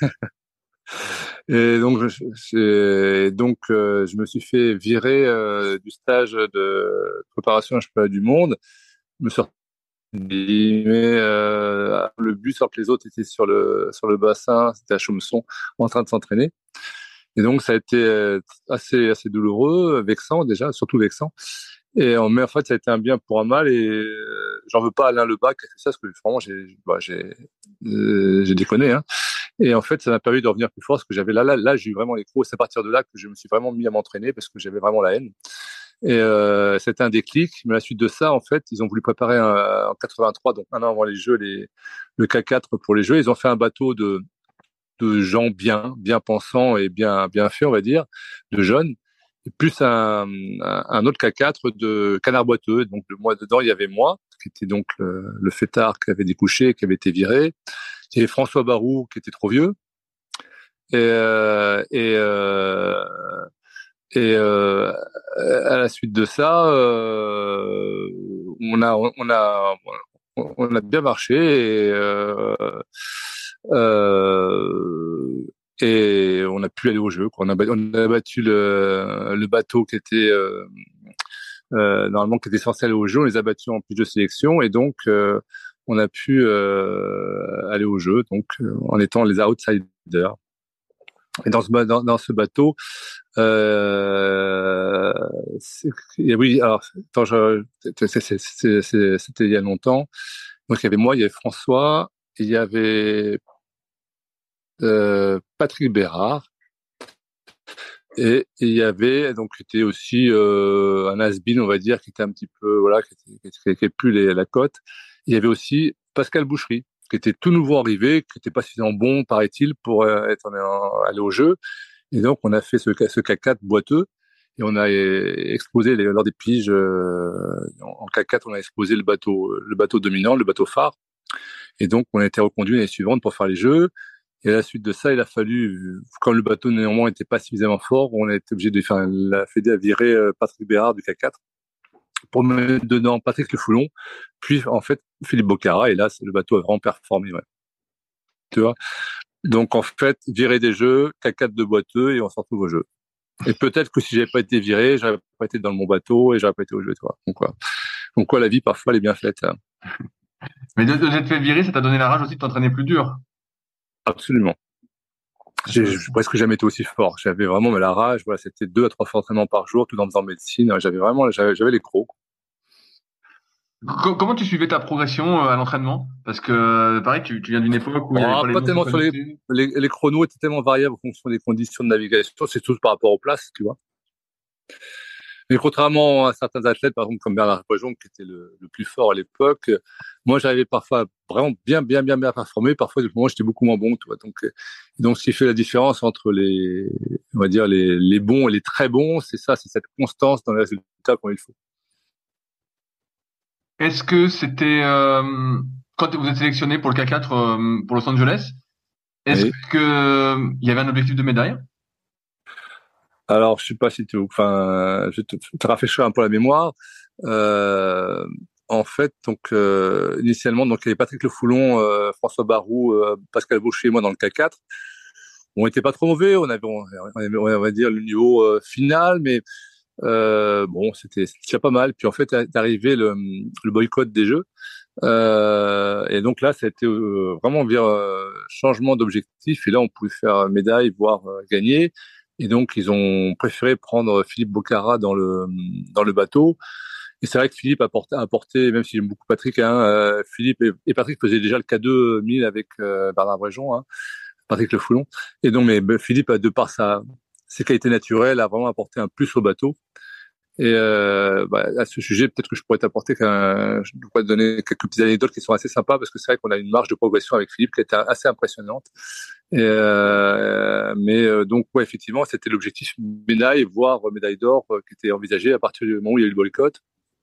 Et donc, je, je- donc euh, je me suis fait virer euh, du stage de préparation à championnat du monde. Je me suis mais euh, le but, alors que les autres étaient sur le sur le bassin, c'était à Chaumson, en train de s'entraîner. Et donc ça a été euh, assez assez douloureux, vexant déjà, surtout vexant. Et en mais en fait, ça a été un bien pour un mal. Et euh, j'en veux pas à Alain Lebac qui a fait ça, parce que vraiment j'ai bah, j'ai euh, j'ai déconné. Hein. Et en fait, ça m'a permis de revenir plus fort, parce que j'avais là là là j'ai eu vraiment les crocs. C'est à partir de là que je me suis vraiment mis à m'entraîner, parce que j'avais vraiment la haine. Et euh, c'était un déclic. Mais à la suite de ça, en fait, ils ont voulu préparer un, en quatre-vingt-trois, donc un an avant les Jeux, les, le K quatre pour les Jeux. Ils ont fait un bateau de, de gens bien, bien pensants et bien, bien faits, on va dire, de jeunes, et plus un, un, un autre K quatre de canard boiteux. Donc moi dedans, il y avait moi, qui était donc le, le fêtard qui avait découché, qui avait été viré. Il y avait François Barou, qui était trop vieux. Et, euh, et euh, Et euh, à la suite de ça, euh, on a on a on a bien marché et euh, euh, et on a pu aller au jeu. Quoi. On a on a battu le le bateau qui était euh, euh, normalement qui était censé aller au jeu. On les a battus en plus de sélection et donc euh, on a pu euh, aller au jeu. Donc euh, en étant les outsiders. Et dans ce dans, dans ce bateau, euh, et oui, alors, attends, je, c'est, c'est, c'est, c'est, c'était il y a longtemps. Donc, il y avait moi, il y avait François, il y avait euh, Patrick Bérard, et, et il y avait, donc, qui était aussi euh, un has-been, on va dire, qui était un petit peu, voilà, qui était, qui, qui, qui plus les, la cote. Il y avait aussi Pascal Boucherie, qui était tout nouveau arrivé, qui n'était pas suffisamment bon, paraît-il, pour euh, être en, aller au jeu. Et donc, on a fait ce, ce K quatre boiteux et on a exposé les, lors des piges euh, en K quatre, on a exposé le bateau, le bateau dominant, le bateau phare. Et donc, on a été reconduit l'année suivante pour faire les jeux. Et à la suite de ça, il a fallu, quand le bateau néanmoins n'était pas suffisamment fort, on a été obligé de faire la Fédé a viré Patrick Bérard du K quatre pour mettre dedans Patrick Le Foulon, puis en fait Philippe Bocara, et là le bateau a vraiment performé. Ouais. Tu vois. Donc en fait, virer des jeux, K quatre de boiteux et on se retrouve au jeu. Et peut-être que si j'avais pas été viré, j'aurais pas été dans mon bateau et j'aurais pas été au jeu. Tu vois. Donc quoi, donc quoi, la vie parfois elle est bien faite. Hein. Mais de, de t'être fait virer, ça t'a donné la rage aussi de t'entraîner plus dur. Absolument. J'ai, j'ai presque jamais été aussi fort. J'avais vraiment mais la rage. Voilà, c'était deux à trois fois entraînements par jour, tout en faisant médecine. J'avais vraiment, j'avais, j'avais les crocs. Comment tu suivais ta progression à l'entraînement? Parce que, pareil, tu, tu viens d'une époque où il y avait oh, pas les pas tellement sur les, les, les chronos étaient tellement variables en fonction des conditions de navigation. C'est tout par rapport aux places, tu vois. Mais contrairement à certains athlètes, par exemple comme Bernard Poijon, qui était le, le plus fort à l'époque, moi j'arrivais parfois vraiment bien, bien, bien, bien performer. Parfois, du moment j'étais beaucoup moins bon, tu vois. Donc, donc, ce qui fait la différence entre les, on va dire les, les bons et les très bons, c'est ça, c'est cette constance dans les résultats quand il faut. Est-ce que c'était euh, quand vous êtes sélectionné pour le K quatre euh, pour Los Angeles, est-ce oui. que il y avait un objectif de médaille? Alors, je sais pas si tu, enfin, je te, te rafraîchir un peu la mémoire. Euh, en fait, donc euh, initialement, donc il y avait Patrick Le Foulon, euh, François Barou, euh, Pascal Baucher et moi dans le K quatre. On était pas trop mauvais, on avait, on, avait, on va dire le niveau euh, final, mais euh, bon, c'était déjà pas mal. Puis en fait, est arrivé le, le boycott des Jeux. Euh, et donc là, ça a été euh, vraiment vers euh, changement d'objectif. Et là, on pouvait faire médaille, voire euh, gagner. Et donc, ils ont préféré prendre Philippe Bocara dans le dans le bateau. Et c'est vrai que Philippe a porté, a porté même si j'aime beaucoup Patrick, hein, euh, Philippe et, et Patrick faisaient déjà le K deux mille avec euh, Bernard Bréjon, hein, Patrick Le Foulon. Et donc, mais Philippe, de par sa ses qualités naturelles, a vraiment apporté un plus au bateau. Et euh, bah, à ce sujet, peut-être que je pourrais t'apporter, qu'un, je pourrais te donner quelques petites anecdotes qui sont assez sympas parce que c'est vrai qu'on a une marge de progression avec Philippe qui était assez impressionnante. Et euh, mais euh, donc ouais, effectivement, c'était l'objectif médaille, voire médaille d'or, euh, qui était envisagé à partir du moment où il y a eu le boycott.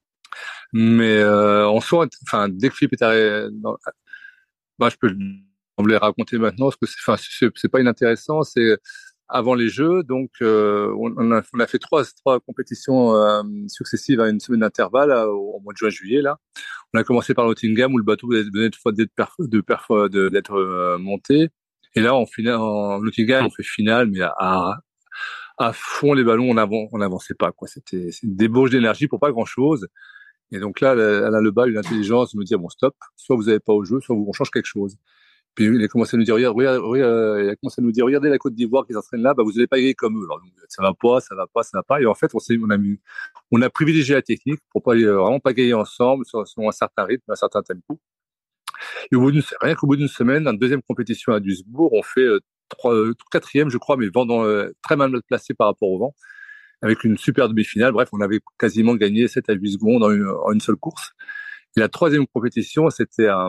Mais euh, en soi, enfin, dès que Philippe est arrivé, dans, bah, je peux le raconter maintenant parce que c'est, enfin, c'est, c'est pas inintéressant. C'est avant les Jeux, donc euh, on, a, on a fait trois, trois compétitions euh, successives à une semaine d'intervalle euh, au mois de juin-juillet. Là, on a commencé par Nottingham où le bateau venait d'être, d'être, perf, de perf, de, d'être euh, monté. Et là, en finale, en Nottingham, on fait finale, mais à, à fond les ballons, on avan, on n'avançait pas, quoi. C'était, c'est une débauche d'énergie pour pas grand chose. Et donc là, elle a le bas, une intelligence de me dire, bon, stop, soit vous n'avez pas au jeu, soit on change quelque chose. Puis il a commencé à nous dire, regarde, regarde, regarde, il a commencé à nous dire, regardez la Côte d'Ivoire qui s'entraîne là, bah, vous n'allez pas gagner comme eux. Alors, donc, ça va pas, ça va pas, ça va pas. Et en fait, on s'est, on a mis, on a privilégié la technique pour pas, vraiment pas gagner ensemble sur, sur un certain rythme, un certain tempo. Et au bout d'une, rien qu'au bout d'une semaine, dans une deuxième compétition à Duisbourg, on fait euh, trois, euh, quatrième, je crois, mais vendant euh, très mal placé par rapport au vent, avec une super demi-finale. Bref, on avait quasiment gagné sept à huit secondes en une, en une seule course. Et la troisième compétition, c'était à,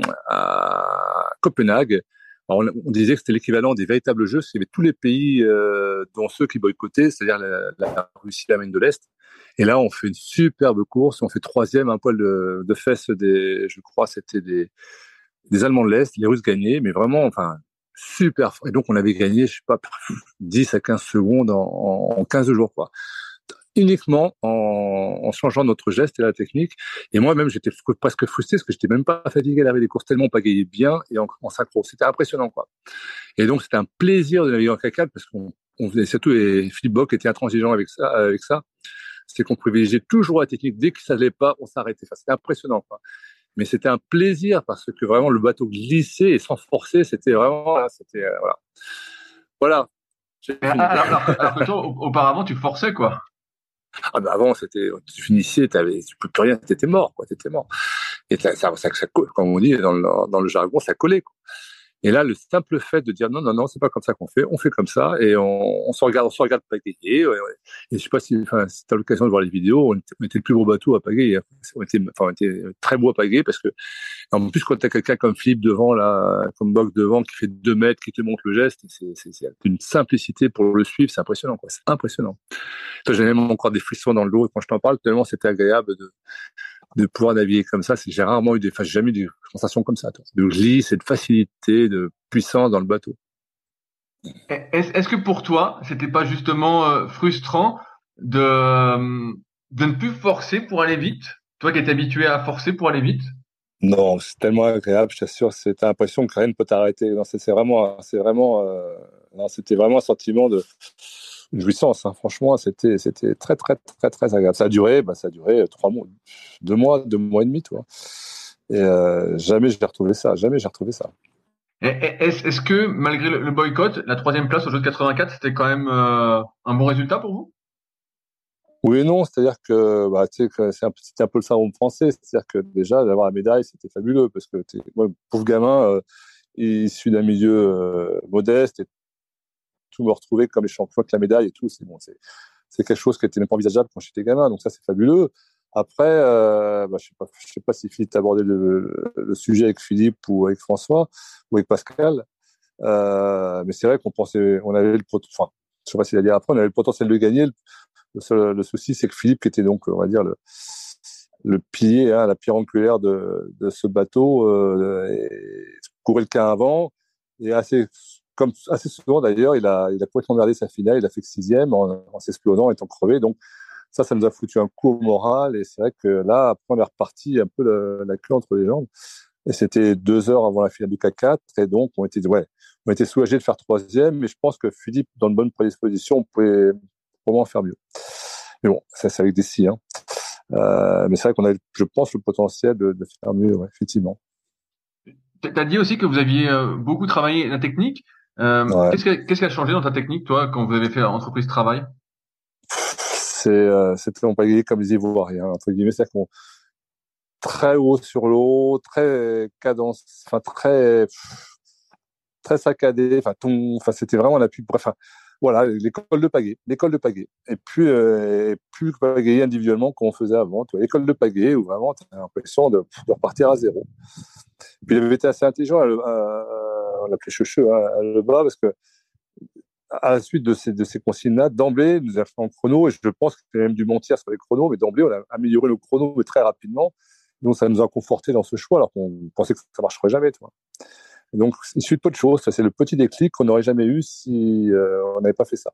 à Copenhague. Alors on, on disait que c'était l'équivalent des véritables Jeux, parce qu'il y avait tous les pays, euh, dont ceux qui boycottaient, c'est-à-dire la, la Russie, l'Amérique de l'Est. Et là, on fait une superbe course, on fait troisième, un poil de, de fesses des, je crois, c'était des, des Allemands de l'Est, les Russes gagnaient, mais vraiment, enfin, super. Et donc, on avait gagné, je sais pas, dix à quinze secondes en, en quinze jours, quoi. Uniquement en, en changeant notre geste et la technique. Et moi-même, j'étais presque frustré parce que j'étais même pas fatigué à l'arrivée des courses tellement on pagayait bien et en, en synchro. C'était impressionnant, quoi. Et donc, c'était un plaisir de naviguer en K quatre parce qu'on on faisait surtout, et Philippe Bock était intransigeant avec ça, avec ça. C'était qu'on privilégiait toujours la technique. Dès que ça allait pas, on s'arrêtait. Enfin, c'était impressionnant, quoi. Mais c'était un plaisir parce que vraiment le bateau glissait et sans forcer, c'était vraiment, c'était, euh, voilà. Voilà. Alors, alors, alors que toi, auparavant, tu forçais, quoi. Ah ben avant, c'était, tu finissais, t'avais, tu peux plus rien, t'étais mort, quoi, t'étais mort. Et ça, ça, ça, ça, comme on dit dans le, dans le jargon, ça collait, quoi. Et là, le simple fait de dire non, non, non, c'est pas comme ça qu'on fait, on fait comme ça, et on, on se regarde, on se regarde pagayer. Et, et je sais pas si, enfin, si t'as l'occasion de voir les vidéos, on était, on était le plus beau bateau à pagayer. On était, enfin, on était très beau à pagayer parce que, en plus, quand t'as quelqu'un comme Philippe devant, là, comme Bock devant, qui fait deux mètres, qui te montre le geste, c'est, c'est, c'est une simplicité pour le suivre, c'est impressionnant, quoi. C'est impressionnant. Toi, j'ai même encore des frissons dans le dos quand je t'en parle, tellement c'était agréable de, de pouvoir naviguer comme ça. C'est, j'ai rarement eu des, enfin, j'ai jamais eu des sensations comme ça, toi. De glisse et de facilité, de puissance dans le bateau. Est-ce, est-ce que pour toi, c'était pas justement euh, frustrant de, euh, de ne plus forcer pour aller vite? Toi qui es habitué à forcer pour aller vite? Non, c'est tellement agréable, je t'assure, c'est t'as l'impression que rien ne peut t'arrêter. Non, c'est, c'est vraiment, c'est vraiment, euh, non, c'était vraiment un sentiment de, une jouissance, hein. Franchement, c'était, c'était très, très, très, très agréable. Ça a duré, bah, ça a duré trois mois, deux mois, deux mois et demi, toi. Et euh, jamais j'ai retrouvé ça, jamais j'ai retrouvé ça. Et- et- Est-ce, est-ce que malgré le, le boycott, la troisième place au jeu de quatre-vingt-quatre, c'était quand même euh, un bon résultat pour vous? Oui et non, c'est-à-dire que, bah, tu sais, que c'est un, peu- c'était un peu le syndrome français, c'est-à-dire que déjà d'avoir la médaille, c'était fabuleux parce que t'es, moi, pauvre gamin, euh, issu d'un milieu euh, modeste, et tout me retrouver comme les champions avec la médaille et tout, c'est bon, c'est, c'est quelque chose qui était même pas envisageable quand j'étais gamin, donc ça c'est fabuleux. Après, euh, bah, je sais pas, je sais pas si Philippe t'a abordé le, le sujet avec Philippe ou avec François ou avec Pascal, euh, mais c'est vrai qu'on pensait, on avait le, pot- enfin, je sais pas s'il a dit après, on avait le potentiel de gagner. Le, seul, le souci, c'est que Philippe, qui était donc, on va dire, le, le pilier, hein, la pierre angulaire de, de ce bateau, euh, et, courait le quart avant, et assez, comme assez souvent d'ailleurs, il a, il a complètement merdé sa finale, il a fait que sixième en, en s'explosant, étant crevé. Donc ça, ça nous a foutu un coup au moral, et c'est vrai que là, après, on est reparti un peu le, la queue entre les jambes. Et c'était deux heures avant la finale du K quatre, et donc on était, ouais, on était soulagés de faire troisième, mais je pense que Philippe, dans de bonnes prédispositions, on pouvait vraiment faire mieux. Mais bon, ça c'est avec des si, hein. Euh, mais c'est vrai qu'on a, je pense, le potentiel de, de faire mieux, ouais, effectivement. Tu as dit aussi que vous aviez euh, beaucoup travaillé la technique. Euh, Ouais. qu'est-ce qui a, qu'est-ce qui a changé dans ta technique, toi, quand vous avez fait entreprise travail? C'est, euh, c'était on pagayait comme les Ivoiriens, entre guillemets, c'est-à-dire qu'on très haut sur l'eau, très cadence, enfin très, très saccadé, enfin ton, enfin c'était vraiment l'appui. Bref, enfin, voilà, l'école de pagaie, l'école de pagaie. Et puis, euh, et plus pagayer individuellement qu'on faisait avant. Tu vois, l'école de pagaie où vraiment tu as l'impression de, de repartir à zéro. Puis il avait été assez intelligent, à, à, on l'appelait Checheux, hein, à le bas, parce que à la suite de ces, de ces consignes-là, d'emblée, nous avons fait en chrono, et je pense qu'il a même dû mentir sur les chronos, mais d'emblée, on a amélioré le chrono très rapidement. Donc, ça nous a conforté dans ce choix, alors qu'on pensait que ça ne marcherait jamais. Tu vois. Donc, il suit de peu de choses. Ça, c'est le petit déclic qu'on n'aurait jamais eu si euh, on n'avait pas fait ça.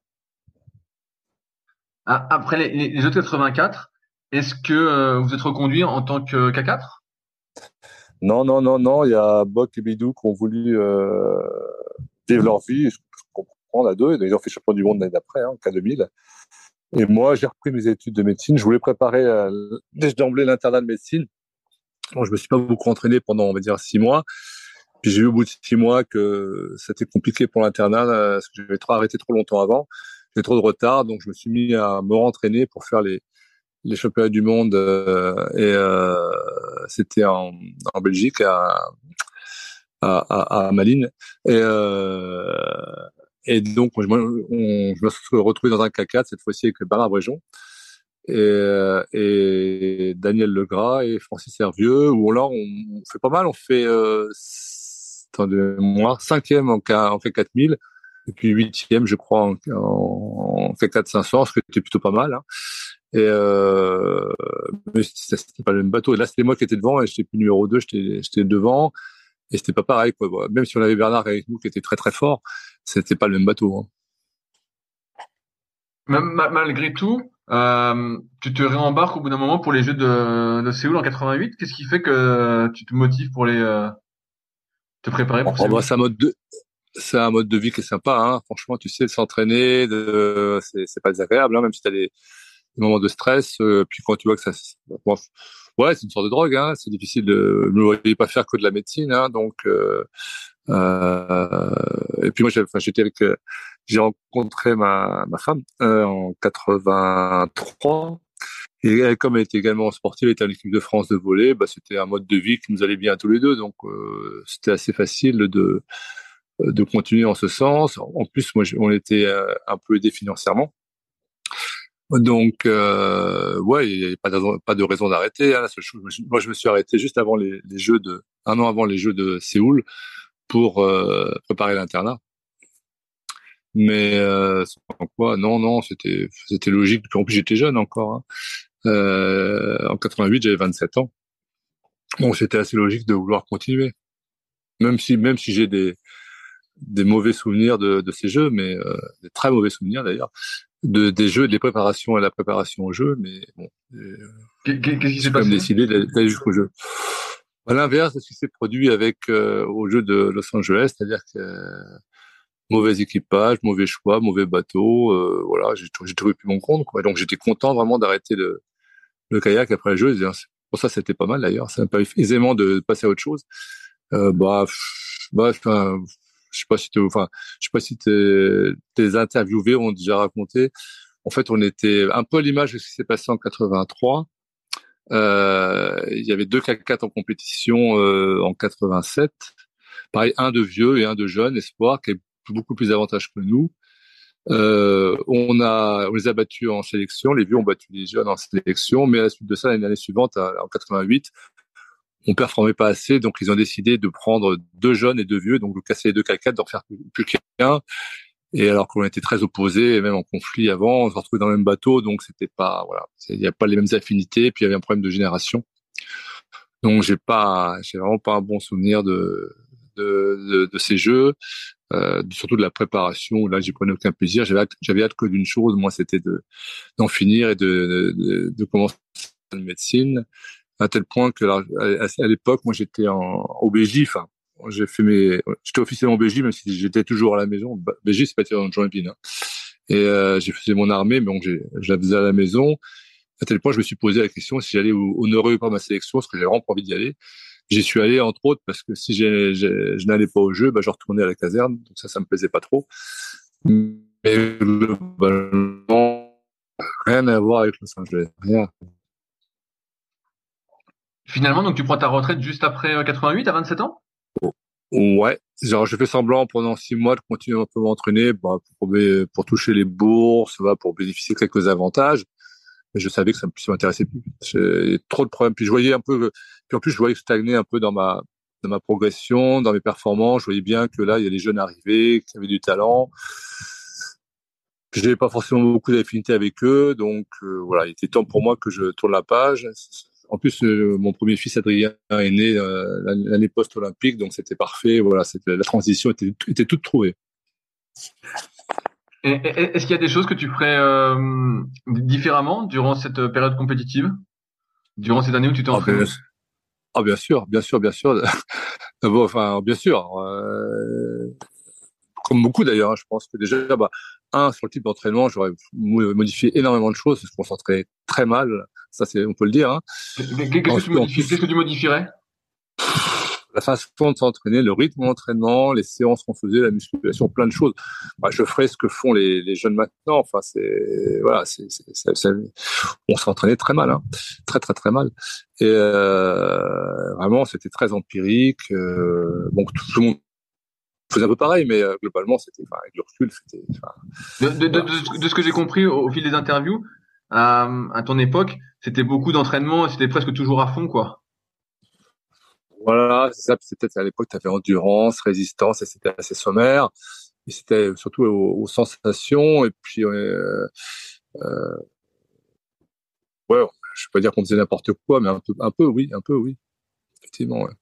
Après les, les, les jeux de quatre-vingt-quatre, est-ce que euh, vous êtes reconduit en tant que K quatre? Non, non, non, non. Il y a Bock et Bidou qui ont voulu euh, vivre leur vie. Je comprends, la deux. Ils ont fait champion du monde l'année d'après, hein, K deux mille. Et moi, j'ai repris mes études de médecine. Je voulais préparer euh, dès d'emblée l'internat de médecine. Bon, je me suis pas beaucoup entraîné pendant, on va dire, six mois. Puis j'ai eu au bout de six mois que c'était compliqué pour l'internat, parce que j'avais trop arrêté trop longtemps avant. J'avais trop de retard, donc je me suis mis à me rentraîner pour faire les, les championnats du monde. Euh, et euh, c'était en, en Belgique, à, à, à, à Malines. Et, euh, et donc, moi, on, je me suis retrouvé dans un K quatre, cette fois-ci avec Bernard Bréjon. Et, euh, et Daniel Legras et Francis Hervieux, où là, on, on fait pas mal, on fait, euh, attendez, moi, cinquième, on, on fait quatre mille, et puis huitième, je crois, on, on fait quatre cinq cents, ce qui était plutôt pas mal, hein. Et, euh, mais c'était pas le même bateau. Et là, c'était moi qui étais devant, et j'étais plus numéro deux, j'étais, j'étais devant, et c'était pas pareil, quoi. Même si on avait Bernard avec nous, qui était très très fort, c'était pas le même bateau, hein. Malgré tout, euh, tu te réembarques au bout d'un moment pour les Jeux de, de Séoul en quatre-vingt-huit. Qu'est-ce qui fait que tu te motives pour les euh, te préparer pour Oh, bah, Séoul? c'est un mode de, c'est un mode de vie qui est sympa, hein. Franchement, tu sais, de s'entraîner, de, c'est, c'est pas désagréable, hein, même si t'as des, des moments de stress. Euh, puis quand tu vois que ça, bon, ouais, c'est une sorte de drogue, hein. C'est difficile de, ne me voyez pas faire que de la médecine, hein. Donc, euh, euh, et puis moi, j'ai, enfin, j'étais avec, euh, j'ai rencontré ma, ma femme euh, en quatre-vingt-trois. Et elle, comme elle était également sportive, elle était à l'équipe de France de volley, bah, c'était un mode de vie qui nous allait bien à tous les deux. Donc, euh, c'était assez facile de, de continuer en ce sens. En plus, moi, on était euh, un peu aidé financièrement. Donc, euh, ouais, il n'y a pas de raison, pas de raison d'arrêter, hein. La seule chose, moi, je me suis arrêté juste avant les, les Jeux de, un an avant les Jeux de Séoul pour euh, préparer l'internat. Mais euh, sans quoi, non, non, c'était, c'était logique. En plus, j'étais jeune encore, hein. Euh, en quatre-vingt-huit, j'avais vingt-sept ans. Donc c'était assez logique de vouloir continuer. Même si, même si j'ai des, des mauvais souvenirs de, de ces jeux, mais euh, des très mauvais souvenirs d'ailleurs, de, des jeux, des préparations et la préparation au jeu, mais bon, euh, Qu'est-ce qui s'est j'ai quand même passé? décidé d'aller jusqu'au jeu. À l'inverse de ce qui s'est produit avec euh, au jeu de Los Angeles, c'est-à-dire que euh, mauvais équipage, mauvais choix, mauvais bateau, euh, voilà, j'ai j'ai trouvé plus mon compte, quoi. Donc j'étais content vraiment d'arrêter le, le kayak après le jeu. Pour ça, c'était pas mal d'ailleurs. Ça m'a pas aisément de passer à autre chose. Euh, bah, pff, bah, enfin, je sais pas si t'es, enfin, je sais pas si t'es, tes interviewés ont déjà raconté. En fait, on était un peu à l'image de ce qui s'est passé en quatre-vingt-trois. Euh, il y avait deux K quatre en compétition euh, en quatre-vingt-sept. Pareil, un de vieux et un de jeune espoir qui est beaucoup plus avantageux que nous. Euh, on a, on les a battus en sélection. Les vieux ont battu les jeunes en sélection, mais à la suite de ça, l'année suivante, en quatre-vingt-huit, on performait pas assez, donc ils ont décidé de prendre deux jeunes et deux vieux, donc de casser les deux K quatre, d'en faire plus qu'un. Et alors qu'on était très opposés, et même en conflit avant, on se retrouvait dans le même bateau, donc c'était pas, voilà, il n'y a pas les mêmes affinités, puis il y avait un problème de génération. Donc j'ai pas, j'ai vraiment pas un bon souvenir de de, de, de ces jeux, euh, surtout de la préparation. Là, j'y prenais aucun plaisir. J'avais hâte, j'avais hâte que d'une chose, moi, c'était de d'en finir et de de, de commencer la médecine. À tel point que là, à, à l'époque, moi, j'étais en au B J. Enfin, j'ai fait mes, j'étais officiellement au B J, même si j'étais toujours à la maison. B J, c'est pas tiré dans le joint épine, hein. Et euh, j'ai fait mon armée, mais bon, j'ai, je la faisais à la maison. À tel point, je me suis posé la question si j'allais honorer ou pas ma sélection, parce que j'avais vraiment pas envie d'y aller. J'y suis allé, entre autres, parce que si j'ai, j'ai, je n'allais pas au jeu, bah, je retournais à la caserne. Donc ça, ça me plaisait pas trop. Mais globalement, rien à voir avec Los Angeles. Rien. Finalement, donc tu prends ta retraite juste après euh, quatre-vingt-huit à vingt-sept ans? Ouais, genre je fais semblant pendant six mois de continuer un peu à m'entraîner, bah, pour, pour toucher les bourses, bah, pour bénéficier de quelques avantages. Mais je savais que ça ne m'intéressait plus. J'ai trop de problèmes. Puis je voyais un peu, puis en plus je voyais que je stagnais un peu dans ma dans ma progression, dans mes performances. Je voyais bien que là il y a des jeunes arrivés qui avaient du talent. Je n'avais pas forcément beaucoup d'affinité avec eux, donc euh, voilà, il était temps pour moi que je tourne la page. En plus, euh, mon premier fils Adrien est né euh, l'année post-olympique, donc c'était parfait. Voilà, c'était, la transition était, était toute trouvée. Et, et, est-ce qu'il y a des choses que tu ferais euh, différemment durant cette période compétitive, durant cette année où tu t'es entraîné? Ah, bien sûr, bien sûr, bien sûr. D'abord, enfin, bien sûr. Euh, comme beaucoup d'ailleurs, hein, je pense que déjà, bah, un, sur le type d'entraînement, j'aurais modifié énormément de choses parce qu'on s'entraînait très mal. Ça, c'est, on peut le dire. Hein. Qu'est-ce, que tu modifies, qu'est-ce que tu modifierais? La façon de s'entraîner, le rythme d'entraînement, les séances qu'on faisait, la musculation, plein de choses. Bah, je ferais ce que font les, les jeunes maintenant. Enfin, c'est voilà, c'est, c'est, c'est, c'est on s'entraînait très mal, hein, très très très mal. Et euh, vraiment, c'était très empirique. Euh, bon, tout, tout le monde faisait un peu pareil, mais euh, globalement, c'était, enfin, avec le recul, c'était. Enfin, de, de, voilà. de, de, de ce que j'ai compris au, au fil des interviews, euh, à ton époque, c'était beaucoup d'entraînement, et c'était presque toujours à fond, quoi. Voilà, c'est ça. C'était peut-être à l'époque, tu avais endurance, résistance, et c'était assez sommaire. Et c'était surtout aux, aux sensations. Et puis, euh, euh, ouais, je vais pas dire qu'on faisait n'importe quoi, mais un peu, un peu, oui, un peu, oui, effectivement. Ouais.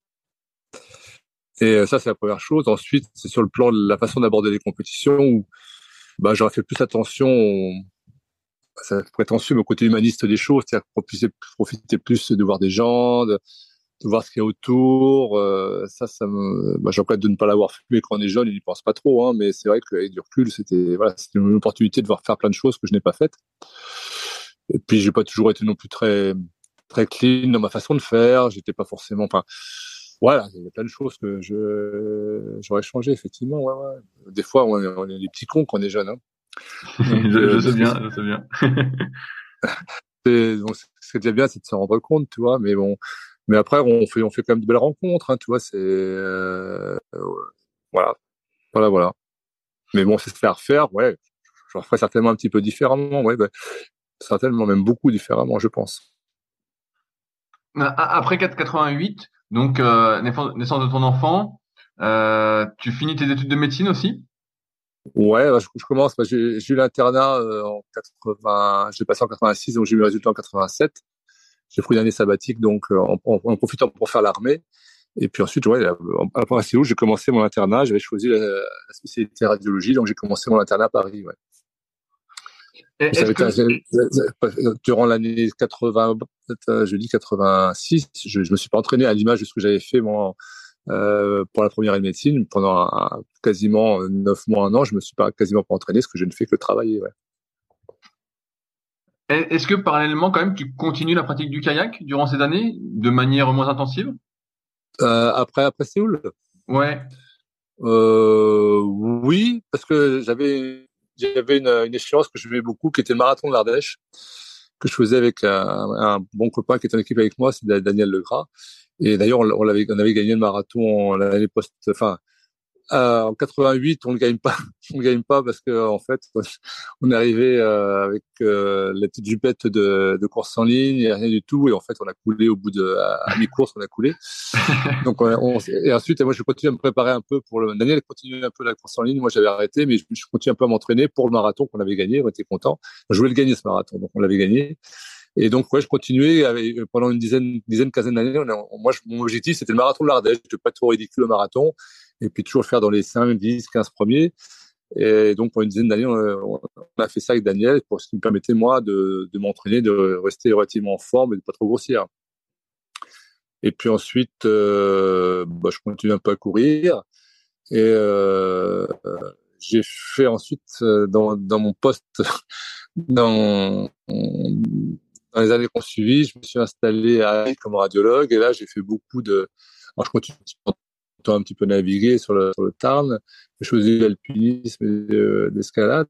Et ça, c'est la première chose. Ensuite, c'est sur le plan de la façon d'aborder les compétitions où, bah, j'aurais fait plus attention. Ça prétentieux, mais au côté humaniste des choses, c'est-à-dire profiter, profiter plus de voir des gens, de, de voir ce qu'il y a autour. Euh, ça, ça me, bah, j'ai de ne pas l'avoir fait, mais quand on est jeune, il n'y pense pas trop, hein, mais c'est vrai qu'avec du recul, c'était, voilà, c'était une opportunité de voir faire plein de choses que je n'ai pas faites. Et puis, j'ai pas toujours été non plus très, très clean dans ma façon de faire. J'étais pas forcément, enfin, voilà, il y a plein de choses que je, j'aurais changé, effectivement, ouais, ouais. Des fois, on est, on est des petits cons quand on est jeune, hein. Donc, je, euh, je sais bien, je sais bien. c'est, donc, ce qui est déjà bien, c'est de s'en rendre compte, tu vois, mais bon, mais après, on fait, on fait quand même de belles rencontres, hein, tu vois, c'est, euh, voilà, voilà, voilà. Mais bon, c'est se faire refaire, ouais, je le ferais certainement un petit peu différemment, ouais, bah, certainement même beaucoup différemment, je pense. Après quatre-vingt-huit, donc euh, naissance de ton enfant, euh, tu finis tes études de médecine aussi? Ouais, bah, je, je commence. Bah, j'ai, j'ai eu l'internat euh, en quatre-vingts, j'ai passé en quatre-vingt-six, donc j'ai eu le résultat en quatre-vingt-sept. J'ai pris une année sabbatique, donc euh, en, en, en profitant pour faire l'armée. Et puis ensuite, ouais, après à Séoul, j'ai commencé mon internat. J'avais choisi la, la spécialité radiologie, donc j'ai commencé mon internat à Paris. Ouais. Et Ça est-ce avait que été, durant l'année quatre-vingts, je dis quatre-vingt-six, je, je me suis pas entraîné à l'image de ce que j'avais fait moi euh, pour la première année de médecine. Pendant un, un, quasiment neuf mois, un an, je me suis pas quasiment pas entraîné, parce que je ne fais que travailler. Ouais. est-ce que parallèlement quand même tu continues la pratique du kayak durant ces années de manière moins intensive? Euh, après après Séoul. Ouais. Euh, oui, parce que j'avais j'avais une, une échéance que je j'aimais beaucoup, qui était le marathon de l'Ardèche, que je faisais avec un, un bon copain qui était en équipe avec moi, c'est Daniel Legras. Et d'ailleurs, on, on l'avait, on avait gagné le marathon l'année post, enfin, Euh, en quatre-vingt-huit, on ne gagne pas, on ne gagne pas parce que en fait, on est arrivé euh, avec euh, la petite jupette de, de course en ligne et rien du tout, et en fait, on a coulé au bout de à, à mi-course, on a coulé. Donc, on, on, et ensuite, moi, je continue à me préparer un peu pour le. Daniel continue un peu la course en ligne. Moi, j'avais arrêté, mais je, je continue un peu à m'entraîner pour le marathon qu'on avait gagné. On était content. Je voulais le gagner ce marathon, donc on l'avait gagné. Et donc, ouais, je continuais avec, pendant une dizaine, dizaine, quinzaine d'années. On a, moi, je, mon objectif, c'était le marathon de l'Ardèche. Je ne pas trop ridicule au marathon. Et puis, toujours le faire dans les cinq, dix, quinze premiers. Et donc, pour une dizaine d'années, on, on a fait ça avec Daniel, pour ce qui me permettait, moi, de, de m'entraîner, de rester relativement en forme et de pas trop grossir. Et puis ensuite, euh, bah, je continue un peu à courir. Et euh, j'ai fait ensuite, euh, dans, dans mon poste, dans, dans les années qui ont suivi, je me suis installé à Lille comme radiologue. Et là, j'ai fait beaucoup de... Alors, je continue un petit peu naviguer sur le, sur le Tarn. Je faisais de l'alpinisme et de, l'escalade.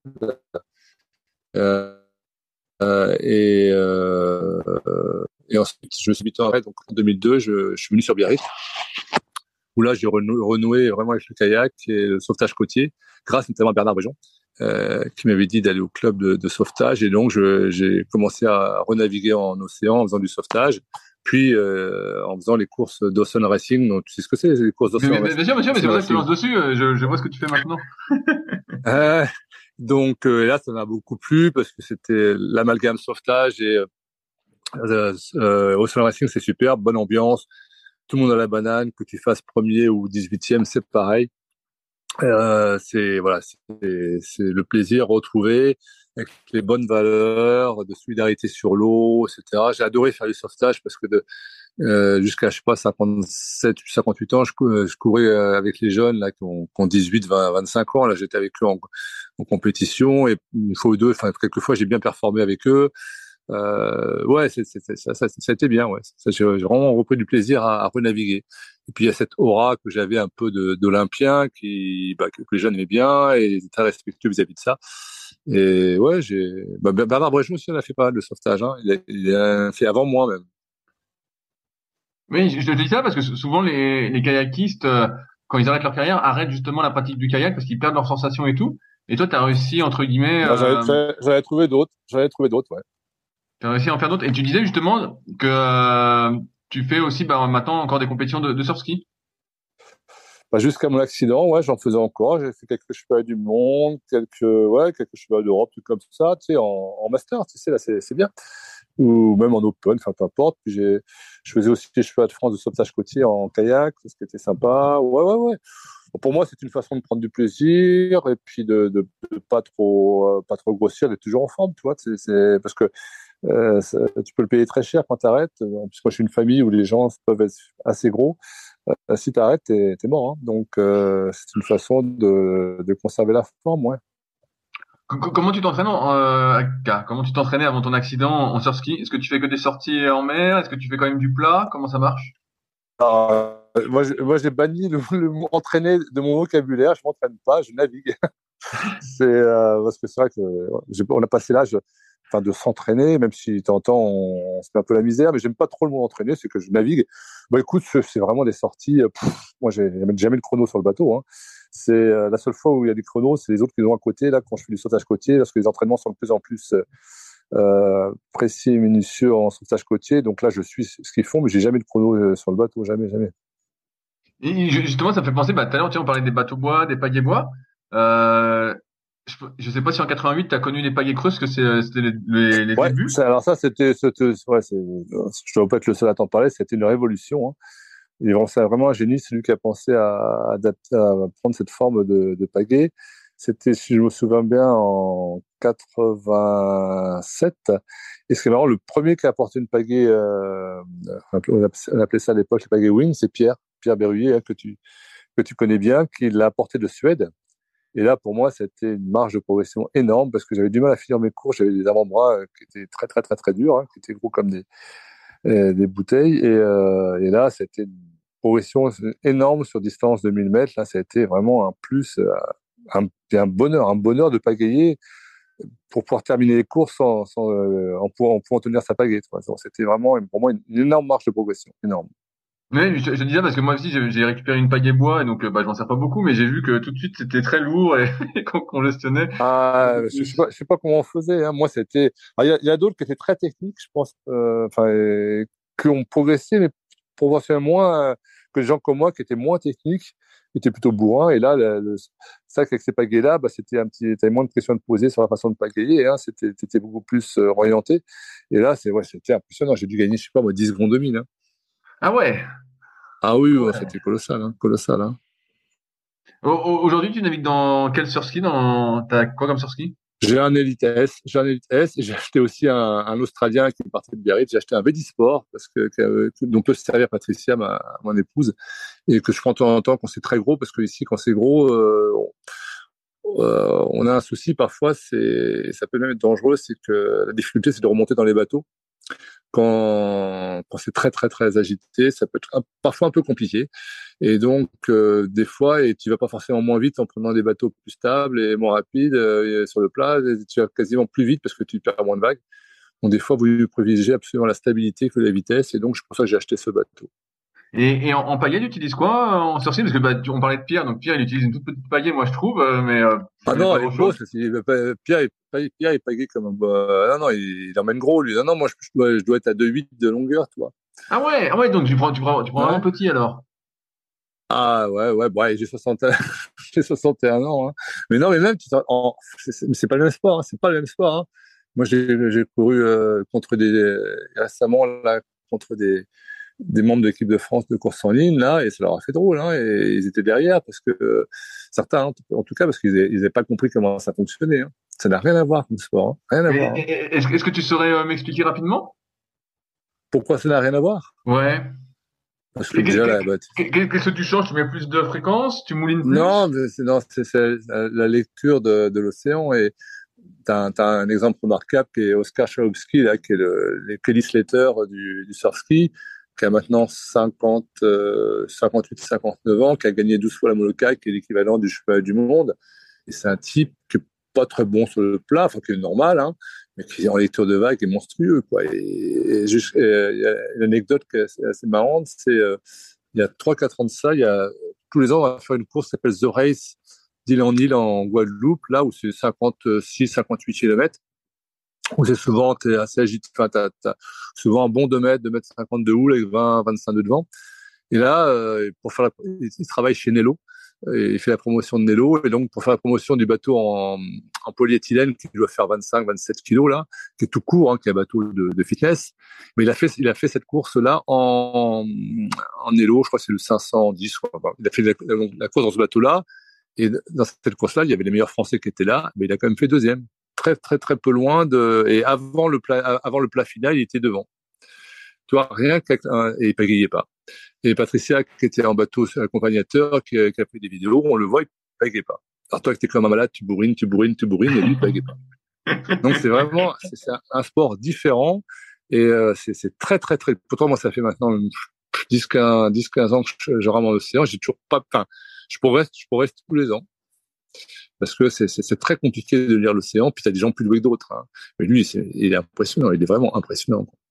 Euh, euh, et, euh, et ensuite, je me suis mis en arrêt. Donc, en deux mille deux, je, je suis venu sur Biarritz, où là, j'ai renoué, renoué vraiment avec le kayak et le sauvetage côtier, grâce notamment à Bernard Bréjon, euh, qui m'avait dit d'aller au club de, de sauvetage. Et donc, je, j'ai commencé à renaviguer en océan en faisant du sauvetage, puis euh, en faisant les courses d'Ocean Racing. Donc, tu sais ce que c'est, les courses d'Ocean Racing? Bien sûr, bien sûr, mais c'est pour ça que tu te lances dessus. Je, je vois ce que tu fais maintenant. euh, donc euh, là, ça m'a beaucoup plu parce que c'était l'amalgame sauvetage et euh, euh, Ocean Racing, c'est super, bonne ambiance. Tout le monde a la banane, que tu fasses premier ou dix-huitième, c'est pareil. Euh, c'est voilà, c'est, c'est le plaisir retrouvé avec les bonnes valeurs de solidarité sur l'eau, et cetera. J'ai adoré faire du sauvetage parce que de euh, jusqu'à je sais pas cinquante-sept, cinquante-huit ans, je, je courais avec les jeunes là qui ont, qui ont dix-huit, vingt, vingt-cinq ans. Là, j'étais avec eux en, en compétition et une fois ou deux, enfin quelques fois, j'ai bien performé avec eux. Euh, ouais, c'est, c'est, c'est, ça, ça, ça a été bien. Ouais, ça, j'ai, j'ai vraiment repris du plaisir à, à renaviguer. Et puis il y a cette aura que j'avais un peu de, d'Olympien qui, bah, que, que les jeunes aimaient bien et étaient très respectueux vis-à-vis de ça. Et ouais, j'ai, bah, Bernard Bréjon aussi, on a fait pas mal de sauvetage. Hein. Il, a, il a fait avant moi même. Oui, je te dis ça parce que souvent les, les kayakistes, euh, quand ils arrêtent leur carrière, arrêtent justement la pratique du kayak parce qu'ils perdent leurs sensations et tout. Et toi, tu as réussi, entre guillemets, Bah, j'avais, euh, j'avais, j'avais trouvé d'autres. J'avais trouvé d'autres, ouais. tu as réussi à en faire d'autres. Et tu disais justement que euh, tu fais aussi bah, maintenant encore des compétitions de, de surf ski. Bah, jusqu'à mon accident, ouais, j'en faisais encore. J'ai fait quelques championnats du monde, quelques, ouais, quelques championnats d'Europe, tout comme ça, tu sais, en, en master, tu sais, là, c'est, c'est bien. Ou même en open, enfin, peu importe. Puis j'ai, je faisais aussi des championnats de France de sauvetage côtier en kayak, ce qui était sympa. Ouais, ouais, ouais. Bon, pour moi, c'est une façon de prendre du plaisir et puis de, de, de pas trop, euh, pas trop grossir, d'être toujours en forme, tu vois. C'est, c'est parce que euh, ça, tu peux le payer très cher quand t'arrêtes. En plus, moi, je suis une famille où les gens peuvent être assez gros. Euh, si t'arrêtes, t'es, t'es mort. Hein. Donc, euh, c'est une façon de, de conserver la forme, ouais. Comment tu t'entraînes en, euh, comment tu t'entraînais avant ton accident en surf ski? Est-ce que tu fais que des sorties en mer? Est-ce que tu fais quand même du plat? Comment ça marche? Alors, euh, moi, j'ai, moi, j'ai banni le, le mot entraîner de mon vocabulaire. Je m'entraîne pas, je navigue. c'est euh, parce que c'est vrai que j'ai, on a passé l'âge, enfin, de s'entraîner, même si de temps en temps on, on se met un peu la misère. Mais j'aime pas trop le mot entraîner, c'est que je navigue. Bon, écoute, c'est vraiment des sorties. Pff, moi, j'ai jamais le chrono sur le bateau. Hein. C'est euh, la seule fois où il y a des chronos, c'est les autres qui sont à côté. Là, quand je fais du sauvetage côtier, parce que les entraînements sont de plus en plus euh, précis et minutieux en sauvetage côtier. Donc là, je suis ce qu'ils font, mais j'ai jamais de chrono sur le bateau, jamais, jamais. Et justement, ça me fait penser, bah, tout à l'heure, tu sais, on parlait des bateaux bois, des pagaies bois. Euh, je sais pas si en quatre-vingt-huit, tu as connu les pagaies creuses, que c'est, c'était les, les, les Ouais, débuts. ça, alors ça, c'était, c'était ouais, c'est, je dois pas être le seul à t'en parler, c'était une révolution. Hein. Et vraiment, c'est vraiment un génie, celui qui a pensé à adapter, à prendre cette forme de, de pagaie. C'était, si je me souviens bien, en quatre-vingt-sept. Et ce qui est marrant, le premier qui a apporté une pagaie, euh, on appelait ça à l'époque les pagaies Wing, c'est Pierre, Pierre Berruyer, hein, que tu, que tu connais bien, qui l'a apporté de Suède. Et là, pour moi, c'était une marge de progression énorme parce que j'avais du mal à finir mes cours. J'avais des avant-bras euh, qui étaient très, très, très, très durs, hein, qui étaient gros comme des, euh, des bouteilles. Et, euh, et là, c'était une progression énorme sur distance de mille mètres. Là, ça a été vraiment un plus, euh, un, un bonheur, un bonheur de pagayer pour pouvoir terminer les courses sans, sans, euh, en, pouvant, en pouvant tenir sa pagaie. Donc, c'était vraiment, pour moi, une, une énorme marge de progression, énorme. Oui, je, je dis ça parce que moi aussi j'ai j'ai récupéré une pagaie bois et donc euh, bah je m'en sers pas beaucoup, mais j'ai vu que tout de suite c'était très lourd et, et qu'on congestionnait. Ah, je, je sais pas, je sais pas comment on faisait. Hein. Moi, c'était. Il y a, y a d'autres qui étaient très techniques, je pense, euh, enfin, euh, qui ont progressé, mais progressé moins euh, que des gens comme moi qui étaient moins techniques, qui étaient plutôt bourrins. Et là, le, le, ça qu'avec ces pagaies-là, bah, c'était un petit, t'avais moins de questions à te poser sur la façon de pagayer. Hein. C'était, t'étais beaucoup plus euh, orienté. Et là, c'est ouais, c'était impressionnant. J'ai dû gagner, je sais pas, moi, dix secondes de mille. Hein. Ah ouais. Ah oui, ouais, Ouais. c'était colossal, hein, colossal. Hein. Au- au- Aujourd'hui, tu navigues dans quel surski? Dans t'as quoi comme surski? J'ai un Elite S, j'ai un Elite S et j'ai acheté aussi un, un Australien qui partait de Biarritz. J'ai acheté un Védisport parce que, que dont peut se servir Patricia, ma mon épouse, et que je prends de temps en temps quand c'est très gros parce que ici quand c'est gros, euh, on, euh, on a un souci parfois, c'est ça peut même être dangereux, c'est que la difficulté c'est de remonter dans les bateaux. Quand, quand c'est très très très agité, ça peut être un, parfois un peu compliqué. Et donc euh, des fois, et tu vas pas forcément moins vite en prenant des bateaux plus stables et moins rapides euh, sur le plat, et tu vas quasiment plus vite parce que tu perds moins de vagues. Donc des fois, vous privilégiez absolument la stabilité que la vitesse, et donc c'est pour ça que j'ai acheté ce bateau. Et, et en, en pagaie, tu utilises quoi euh, en surski? Parce que bah, tu- on parlait de Pierre, donc Pierre il utilise une toute petite pagaie, moi je trouve, euh, mais euh, je Ah connais non, pas elle est grand chose. grosse. Il, Pierre, est, Pierre est pagaie comme un. Bah, non, non, il, il emmène gros lui. Non, non, moi je, je, dois, je dois être à deux virgule huit de longueur, toi. Ah ouais, ah ouais, donc tu prends, tu prends, tu prends vraiment Ouais. petit alors. Ah ouais, ouais, bon, ouais, j'ai soixante, j'ai soixante et un ans. Hein. Mais non, mais même, tu en, c'est, c'est, c'est pas le même sport. Hein, c'est pas le même sport. Hein. Moi, j'ai, j'ai couru euh, contre des récemment là contre des des membres de l'équipe de France de course en ligne là, et ça leur a fait drôle. Hein, et ils étaient derrière parce que euh, certains, hein, en tout cas, parce qu'ils n'avaient pas compris comment ça fonctionnait. Hein. Ça n'a rien à voir comme sport. Hein. Rien à Et, voir. Hein. et- est-ce, que- est-ce que tu saurais euh, m'expliquer rapidement? Pourquoi ça n'a rien à voir? Ouais. Parce que Qu'est- déjà là, qu'est- bah, qu'est- Qu'est-ce que tu changes? Tu mets plus de fréquence? Tu moulines non, plus? mais c'est, non, c'est, c'est la lecture de, de l'océan. Et t'as un, t'as un exemple remarquable qui est Oscar Chalupsky, là, qui est le, le Kelly Slater du, du surski, qui a maintenant cinquante, euh, cinquante-huit, cinquante-neuf ans, qui a gagné douze fois la Molokai, qui est l'équivalent du championnat du monde. Et c'est un type qui est pas très bon sur le plat, enfin, qui est normal, hein, mais qui en lecture de vague est monstrueux, quoi. Et, et juste, et, il y a une anecdote qui est assez, assez marrante, c'est, euh, il y a trois quatre ans de ça, il y a, tous les ans, on va faire une course qui s'appelle The Race d'île en île en Guadeloupe, là où c'est cinquante-six, cinquante-huit kilomètres, où c'est souvent, t'es assez agité, enfin, t'as, t'as souvent un bon deux mètres, deux mètres cinquante de houle avec vingt, vingt-cinq de devant. Et là, euh, pour faire la, il travaille chez Nello, et il fait la promotion de Nello, et donc pour faire la promotion du bateau en, en polyéthylène qui doit faire vingt-cinq, vingt-sept kilos là, qui est tout court, hein, qui est un bateau de, de fitness, mais il a fait, il a fait cette course là en, en Nello, je crois que c'est le cinq cent dix, enfin, il a fait la, la, la course dans ce bateau là, et dans cette course là, il y avait les meilleurs Français qui étaient là, mais il a quand même fait deuxième, très très très peu loin de, et avant le plat, avant le plat final, il était devant. Tu vois, rien qu'avec un, et il pagayait pas. Et Patricia, qui était en bateau accompagnateur, qui, qui a fait des vidéos, on le voit, il pagayait pas. Alors toi, qui t'es comme un malade, tu bourrines, tu bourrines, tu bourrines, et lui, il pagayait pas. Donc c'est vraiment, c'est, c'est un, un sport différent, et euh, c'est, c'est très, très, très, pourtant moi, ça fait maintenant dix, quinze, dix, quinze ans que je, je rame en océan, j'ai toujours pas, enfin, je pourrais, je pourrais rester tous les ans. Parce que c'est, c'est, c'est très compliqué de lire l'océan, puis t'as des gens plus doués que d'autres, hein. Mais lui, c'est, il est impressionnant, il est vraiment impressionnant, quoi.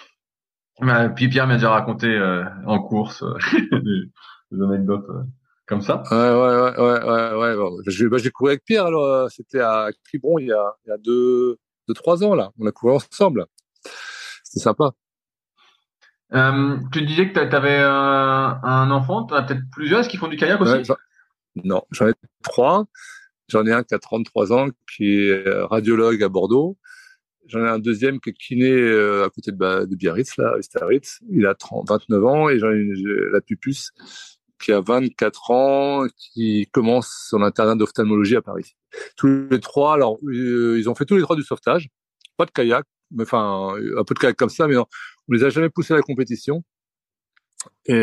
Bah, puis Pierre m'a déjà raconté euh, en course euh, des, des anecdotes euh, comme ça. Ouais, ouais, ouais, ouais, ouais, ouais. Bon, j'ai, bah, j'ai couru avec Pierre, alors, euh, c'était à Quiberon il y a, il y a deux, deux, trois ans, là. On a couru ensemble. C'était sympa. Euh, tu disais que tu avais un, un enfant, tu as peut-être plusieurs, est-ce qu'ils font du kayak aussi? Ouais, j'en- non, j'en ai trois. J'en ai un qui a trente-trois ans, qui est radiologue à Bordeaux. J'en ai un deuxième qui est kiné euh, à côté de, bah, de Biarritz, là, à Staritz. Il a trente, vingt-neuf ans, et j'en ai une, la pupus qui a vingt-quatre ans, qui commence son internat d'ophtalmologie à Paris. Tous les trois, alors, euh, ils ont fait tous les trois du sauvetage. Pas de kayak, mais enfin, un peu de kayak comme ça, mais non, on les a jamais poussés à la compétition. Et,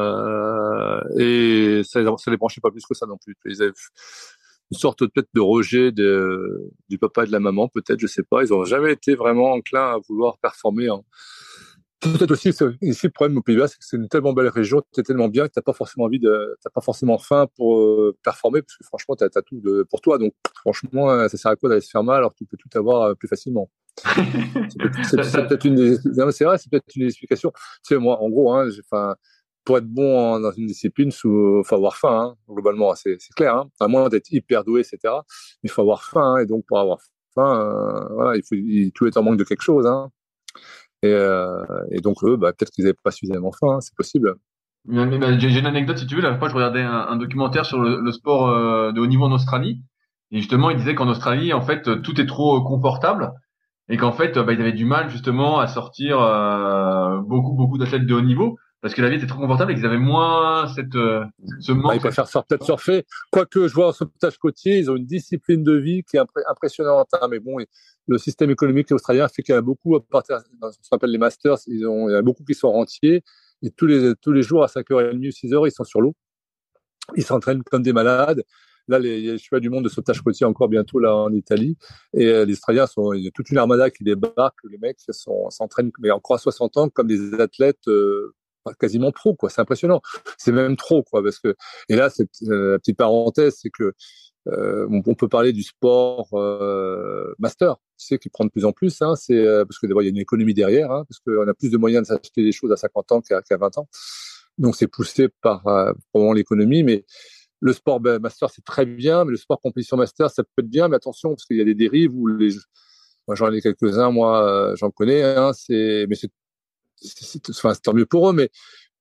euh, et ça, ça les branchait pas plus que ça non plus. Ils avaient une sorte peut-être de rejet de, du papa et de la maman, peut-être, je sais pas. Ils ont jamais été vraiment enclins à vouloir performer. Hein. Peut-être aussi, ici, le problème au Pays-Bas, c'est que c'est une tellement belle région, t'es tellement bien que t'as pas forcément envie de, t'as pas forcément faim pour euh, performer, parce que franchement, t'as, t'as tout de, pour toi. Donc, franchement, ça sert à quoi d'aller se faire mal alors que tu peux tout avoir euh, plus facilement. c'est, peut-être, c'est, c'est peut-être une des, non, c'est vrai, c'est peut-être une explication. Tu sais, moi, en gros, hein, j'ai, enfin, pour être bon en, dans une discipline, il faut avoir faim, hein, globalement, c'est, c'est clair. Hein, à moins d'être hyper doué, et cetera. Mais il faut avoir faim, hein, et donc pour avoir faim, euh, voilà, il faut, il, tout est en manque de quelque chose. Hein. Et, euh, et donc eux, bah, peut-être qu'ils n'avaient pas suffisamment faim, hein, c'est possible. Mais, mais, bah, j'ai, j'ai une anecdote si tu veux. La fois, je regardais un, un documentaire sur le, le sport euh, de haut niveau en Australie, et justement, il disait qu'en Australie, en fait, tout est trop euh, confortable. Et qu'en fait, bah, ils avaient du mal justement à sortir euh, beaucoup, beaucoup d'athlètes de haut niveau parce que la vie était trop confortable et qu'ils avaient moins cette, euh, ce manque. Bah, ils préfèrent sur, peut-être surfer. Quoique, je vois en sauvetage côtier, ils ont une discipline de vie qui est impré- impressionnante. Hein, mais bon, le système économique australien fait qu'il y en a beaucoup, à partir de ce qu'on appelle les masters, ils ont, il y en a beaucoup qui sont rentiers. Et tous les, tous les jours, à cinq heures trente, six heures, ils sont sur l'eau. Ils s'entraînent comme des malades. Là, les, je suis du monde de sauvetage côtier encore bientôt là en Italie, et euh, les Australiens sont, il y a toute une armada qui débarque, les mecs sont, s'entraînent, mais encore à soixante ans, comme des athlètes euh, quasiment pro, quoi. C'est impressionnant. C'est même trop, quoi, parce que. Et là, c'est euh, la petite parenthèse, c'est que euh, on, on peut parler du sport euh, master, tu sais, qui prend de plus en plus, hein. C'est euh, parce que d'abord il y a une économie derrière, hein, parce qu'on a plus de moyens de s'acheter des choses à cinquante ans qu'à, qu'à vingt ans. Donc c'est poussé par euh, probablement l'économie, mais le sport ben, master, c'est très bien, mais le sport compétition master, ça peut être bien, mais attention, parce qu'il y a des dérives où les, moi, j'en ai quelques-uns, moi, euh, j'en connais, hein, c'est, mais c'est, c'est, c'est, enfin, c'est tant mieux pour eux, mais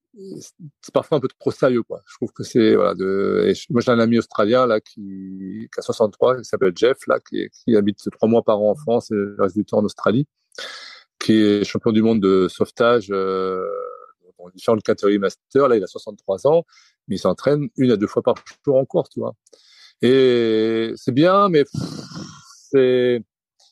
c'est parfois un peu trop sérieux, quoi. Je trouve que c'est, voilà, de, et je, moi, j'ai un ami australien, là, qui, qui a soixante-trois, qui s'appelle Jeff, là, qui, qui habite trois mois par an en France et le reste du temps en Australie, qui est champion du monde de sauvetage, euh, dans différentes catégories master. Là, il a soixante-trois ans, mais il s'entraîne une à deux fois par jour en course, tu vois. Et c'est bien, mais pff, c'est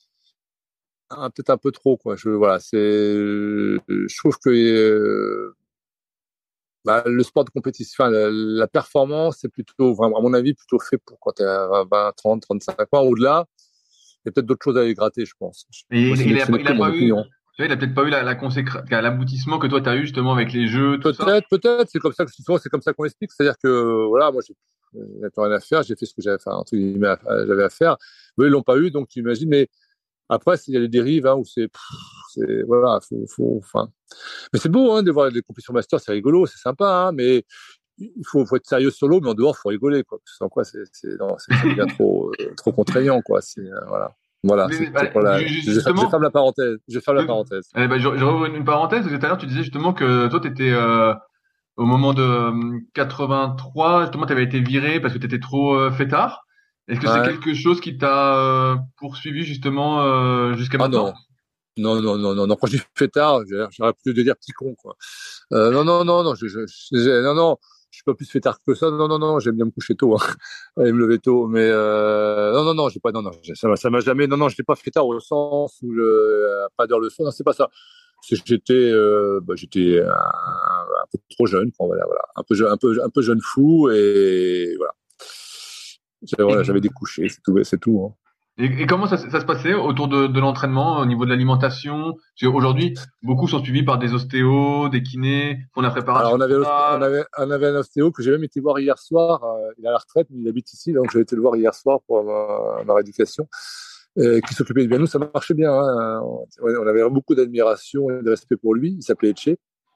un, peut-être un peu trop, quoi. Je, voilà, c'est, je trouve que euh, bah, le sport de compétition, enfin, la, la performance, c'est plutôt, vraiment, à mon avis, plutôt fait pour quand tu es à vingt, trente, trente-cinq ans. Au-delà, il y a peut-être d'autres choses à aller gratter, je pense. Et Moi, il, c'est, il, a, c'est il a pas eu, opinion. tu vois, il a peut-être pas eu la, la consécration, l'aboutissement que toi tu as eu justement avec les jeux, tout peut-être, ça. Peut-être, c'est comme ça que souvent, c'est comme ça qu'on explique. C'est-à-dire que, voilà, moi, j'ai, j'avais rien à faire, j'ai fait ce que j'avais, enfin, entre guillemets, j'avais à faire. Eux, ils l'ont pas eu, donc tu imagines, mais après, il y a des dérives, hein, où c'est, pff, c'est, voilà, faut, faut, enfin. Mais c'est beau, hein, de voir les compétitions master, c'est rigolo, c'est sympa, hein, mais il faut, faut être sérieux sur l'eau, mais en dehors, faut rigoler, quoi. Sans quoi, c'est, c'est, non, c'est, ça devient trop, euh, trop contraignant, quoi. C'est, euh, voilà. Voilà, Mais, c'est, bah, c'est pour la, je, je justement, ferme la parenthèse, je ferme la euh, parenthèse. eh ben, je, je rouvre une, une parenthèse. Tout à l'heure, tu disais justement que toi, tu étais euh, au moment de euh, quatre-vingt-trois, justement, tu avais été viré parce que tu étais trop euh, fêtard. Est-ce que c'est Ouais. quelque chose qui t'a euh, poursuivi justement euh, jusqu'à Ah maintenant? non. Non, non, non, non, non. Quand j'ai fait tard, j'aurais plus de dire petit con, quoi. Euh, non, non, non, non, je, je, je, non, non, je suis pas plus fait tard que ça. Non, non, non, j'aime bien me coucher tôt, hein. Aller me lever tôt. Mais euh, non, non, non, j'ai pas, non, non, ça, m'a- ça m'a jamais. Non, non, je n'ai pas fait tard au sens où je, euh, pas d'heure le soir. Non, c'est pas ça. C'est que j'étais, euh, bah, j'étais un, un peu trop jeune, quoi, voilà, voilà, un peu, je- un peu, un peu jeune fou et voilà. J'avais, Et, voilà, j'avais des couchers, c'est tout, c'est tout. Hein. et, et comment ça, ça se passait autour de, de l'entraînement, au niveau de l'alimentation? Parce qu'aujourd'hui, beaucoup sont suivis par des ostéos, des kinés, font la Alors, préparation on avait, on mentale. avait, on avait un ostéo que j'ai même été voir hier soir. Euh, il est à la retraite, mais il habite ici, donc j'ai été le voir hier soir pour ma, ma rééducation, euh, qui s'occupait de bien nous. Ça marchait bien. Hein. On, on avait beaucoup d'admiration et de respect pour lui. Il s'appelait Etche.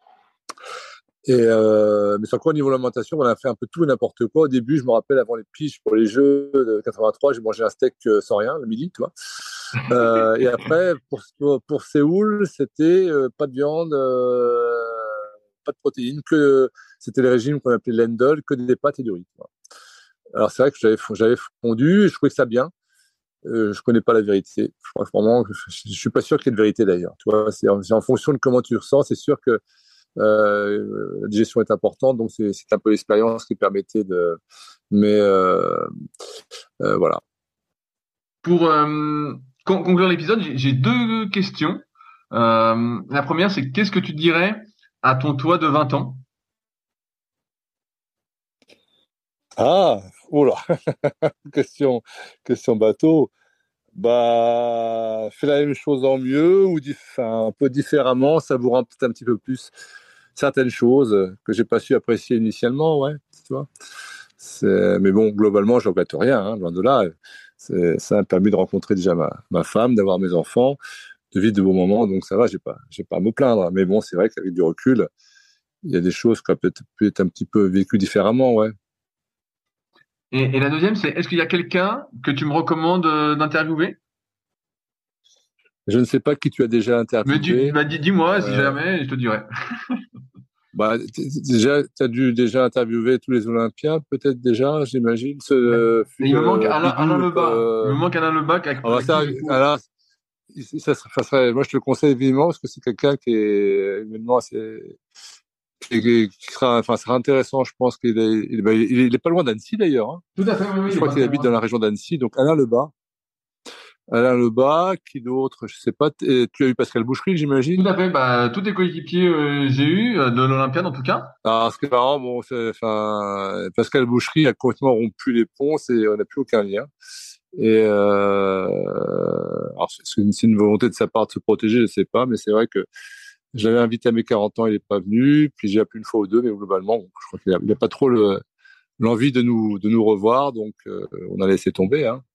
Et euh, mais sans quoi, au niveau de l'alimentation, on a fait un peu tout et n'importe quoi. Au début, je me rappelle, avant les piges pour les Jeux de quatre-vingt-trois, j'ai mangé un steak sans rien le midi, tu vois. Euh, et après, pour, pour, pour Séoul, c'était euh, pas de viande, euh, pas de protéines, que c'était le régime qu'on appelait l'Endol, que des pâtes et du riz. Tu vois. alors c'est vrai que j'avais, j'avais fondu, je trouvais ça bien. Euh, je connais pas la vérité. Je crois vraiment, je, je suis pas sûr qu'il y ait de vérité d'ailleurs. Tu vois, c'est en, c'est en fonction de comment tu ressens. C'est sûr que euh, la digestion est importante, donc c'est, c'est un peu l'expérience qui permettait de. Mais euh, euh, voilà. Pour euh, con- conclure l'épisode, j'ai, j'ai deux questions. Euh, la première, c'est qu'est-ce que tu dirais à ton toi de vingt ans? Ah, oula, question, question bateau. Bah, fais la même chose en mieux ou dif- enfin, un peu différemment, savourant peut-être un petit peu plus certaines choses que j'ai pas su apprécier initialement, ouais, tu vois. C'est, mais bon, globalement, je regrette rien, hein, loin de là. C'est, ça m'a permis de rencontrer déjà ma, ma femme, d'avoir mes enfants, de vivre de beaux moments, donc ça va, j'ai pas, j'ai pas à me plaindre. Mais bon, c'est vrai qu'avec du recul, il y a des choses qui ont peut-être pu être un petit peu vécues différemment, ouais. Et, et la deuxième, c'est est-ce qu'il y a quelqu'un que tu me recommandes euh, d'interviewer? Je ne sais pas qui tu as déjà Mais dis, interviewé. bah, dis, dis-moi si Euh, jamais, je te dirai. Bah, t- t- déjà, tu as dû déjà interviewer tous les Olympiens, peut-être déjà, j'imagine. Ce Mais, euh, mais il me manque euh, Alain, Alain Bidou, Lebas. Il me euh, manque Alain Lebas avec, alors avec qui ça, du coup. alors, ça serait, ça serait- moi, je te le conseille vivement parce que c'est quelqu'un qui est humainement assez, qui, qui- qui sera, enfin, sera intéressant. Je pense qu'il est, il, bah, il est, il est pas loin d'Annecy d'ailleurs, hein. Tout à fait, oui, oui, Je il est crois pas qu'il très habite dans loin. la région d'Annecy. Donc Alain Lebas, Alain Lebas, qui d'autre? Je sais pas. t- Tu as eu Pascal Boucherie, Tout j'imagine. à fait, bah, tous tes coéquipiers, euh, j'ai eu, euh, de l'Olympiade en tout cas. Alors, ce qui est marrant, bon, c'est, enfin, Pascal Boucherie a complètement rompu les ponts et on n'a plus aucun lien. Et euh, alors c'est une, c'est une volonté de sa part de se protéger, je sais pas, mais c'est vrai que je l'avais invité à mes quarante ans, il est pas venu. Puis j'ai appelé une fois ou deux, mais globalement, bon, je crois qu'il a, il a pas trop le, l'envie de nous de nous revoir, donc euh, on a laissé tomber. Hein.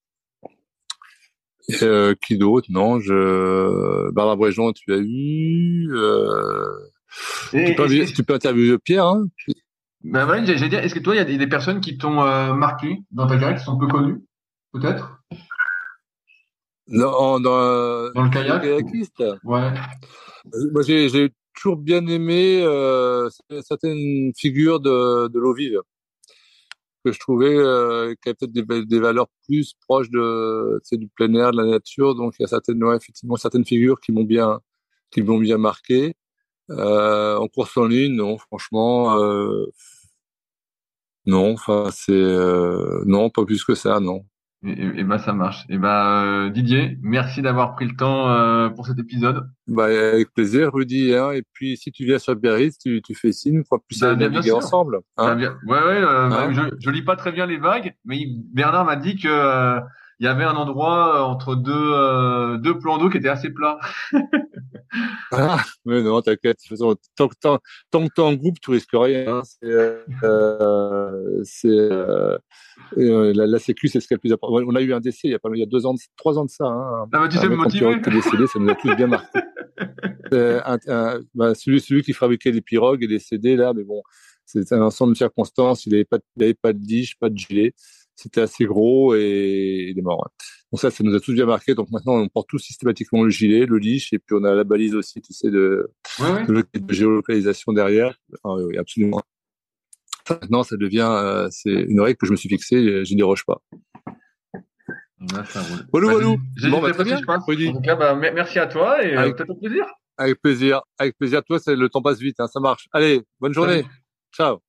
Et, euh, qui d'autre? Non, je Barbara Bréjean, tu as eu. Euh... Et, Tu peux, est-ce, invi- est-ce- tu peux interviewer Pierre, hein? ben voilà, j'ai, j'ai dit, est-ce que toi, il y a des, des personnes qui t'ont euh, marqué dans ta carrière, qui sont peu connues, peut-être, Dans, dans, dans le chez les kayak? ou- kayakistes. Ouais. Moi, j'ai, j'ai toujours bien aimé euh, certaines figures de, de l'eau vive que je trouvais euh, qui avaient peut-être des, des valeurs plus proches de, tu sais, du plein air, de la nature. Donc, il y a certaines, ouais, effectivement, certaines figures qui m'ont bien, qui m'ont bien marqué. Euh, en course en ligne, non, franchement, euh, non. Enfin, c'est euh, non, pas plus que ça, non. Et, et, et ben ça marche. Et ben euh, Didier, merci d'avoir pris le temps euh, pour cet épisode. Bah, avec plaisir, Rudy. Hein. Et puis, si tu viens sur Biarritz, tu, tu fais signe, on pourra plus Ben, aller bien, bien naviguer sûr. ensemble. Ben, Hein. bien. Ouais, ouais. Euh, bah, Hein. je, je lis pas très bien les vagues, mais Bernard m'a dit que euh, il y avait un endroit euh, entre deux euh, deux plans d'eau qui était assez plat. Ah, mais non, t'inquiète. De toute façon, tant que tant, tant que t'es en groupe, tu risques rien. Hein. C'est, euh, c'est euh, euh, la, la Sécu, c'est ce qui est le plus important. On a eu un décès il y a pas, il y a deux ans, de- trois ans de ça. Hein. Ah bah tu Un sais me mec en motiver. pirogue qui est décédé, ça nous a tous bien marqué. Euh, un, un, bah, celui, celui qui fabriquait des pirogues est décédé là, mais bon, c'est un ensemble de circonstances. Il avait pas, de- il avait pas de dish, pas de gilet. C'était assez gros et il est mort. Ouais. Donc ça, ça nous a tous bien marqué. Donc maintenant, on porte tous systématiquement le gilet, le leash, et puis on a la balise aussi, tu sais, de, Ouais, ouais. de, de géolocalisation derrière. Enfin, oui, absolument. Maintenant, ça devient, euh, c'est une règle que je me suis fixée, j'y déroge pas. Là, ça roule. Walou, Bah, walou. j'ai- Bon, bah, j'hésiterai très pas si bien, je passe. Rudy. En tout cas, bah, me- merci à toi et euh, Avec, peut-être au plaisir. avec plaisir. Avec plaisir. Toi, c'est, le temps passe vite, hein, ça marche. Allez, bonne journée. Salut. Ciao.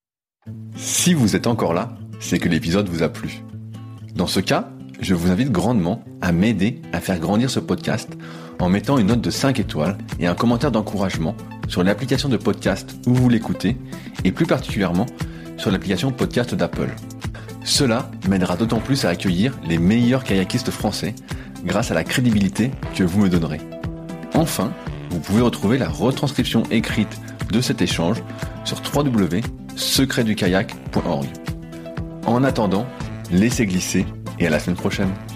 Si vous êtes encore là, c'est que l'épisode vous a plu. Dans ce cas, je vous invite grandement à m'aider à faire grandir ce podcast en mettant une note de cinq étoiles et un commentaire d'encouragement sur l'application de podcast où vous l'écoutez et plus particulièrement sur l'application podcast d'Apple. Cela m'aidera d'autant plus à accueillir les meilleurs kayakistes français grâce à la crédibilité que vous me donnerez. Enfin, vous pouvez retrouver la retranscription écrite de cet échange sur w w w point secret du kayak point org. En attendant, laissez glisser et à la semaine prochaine.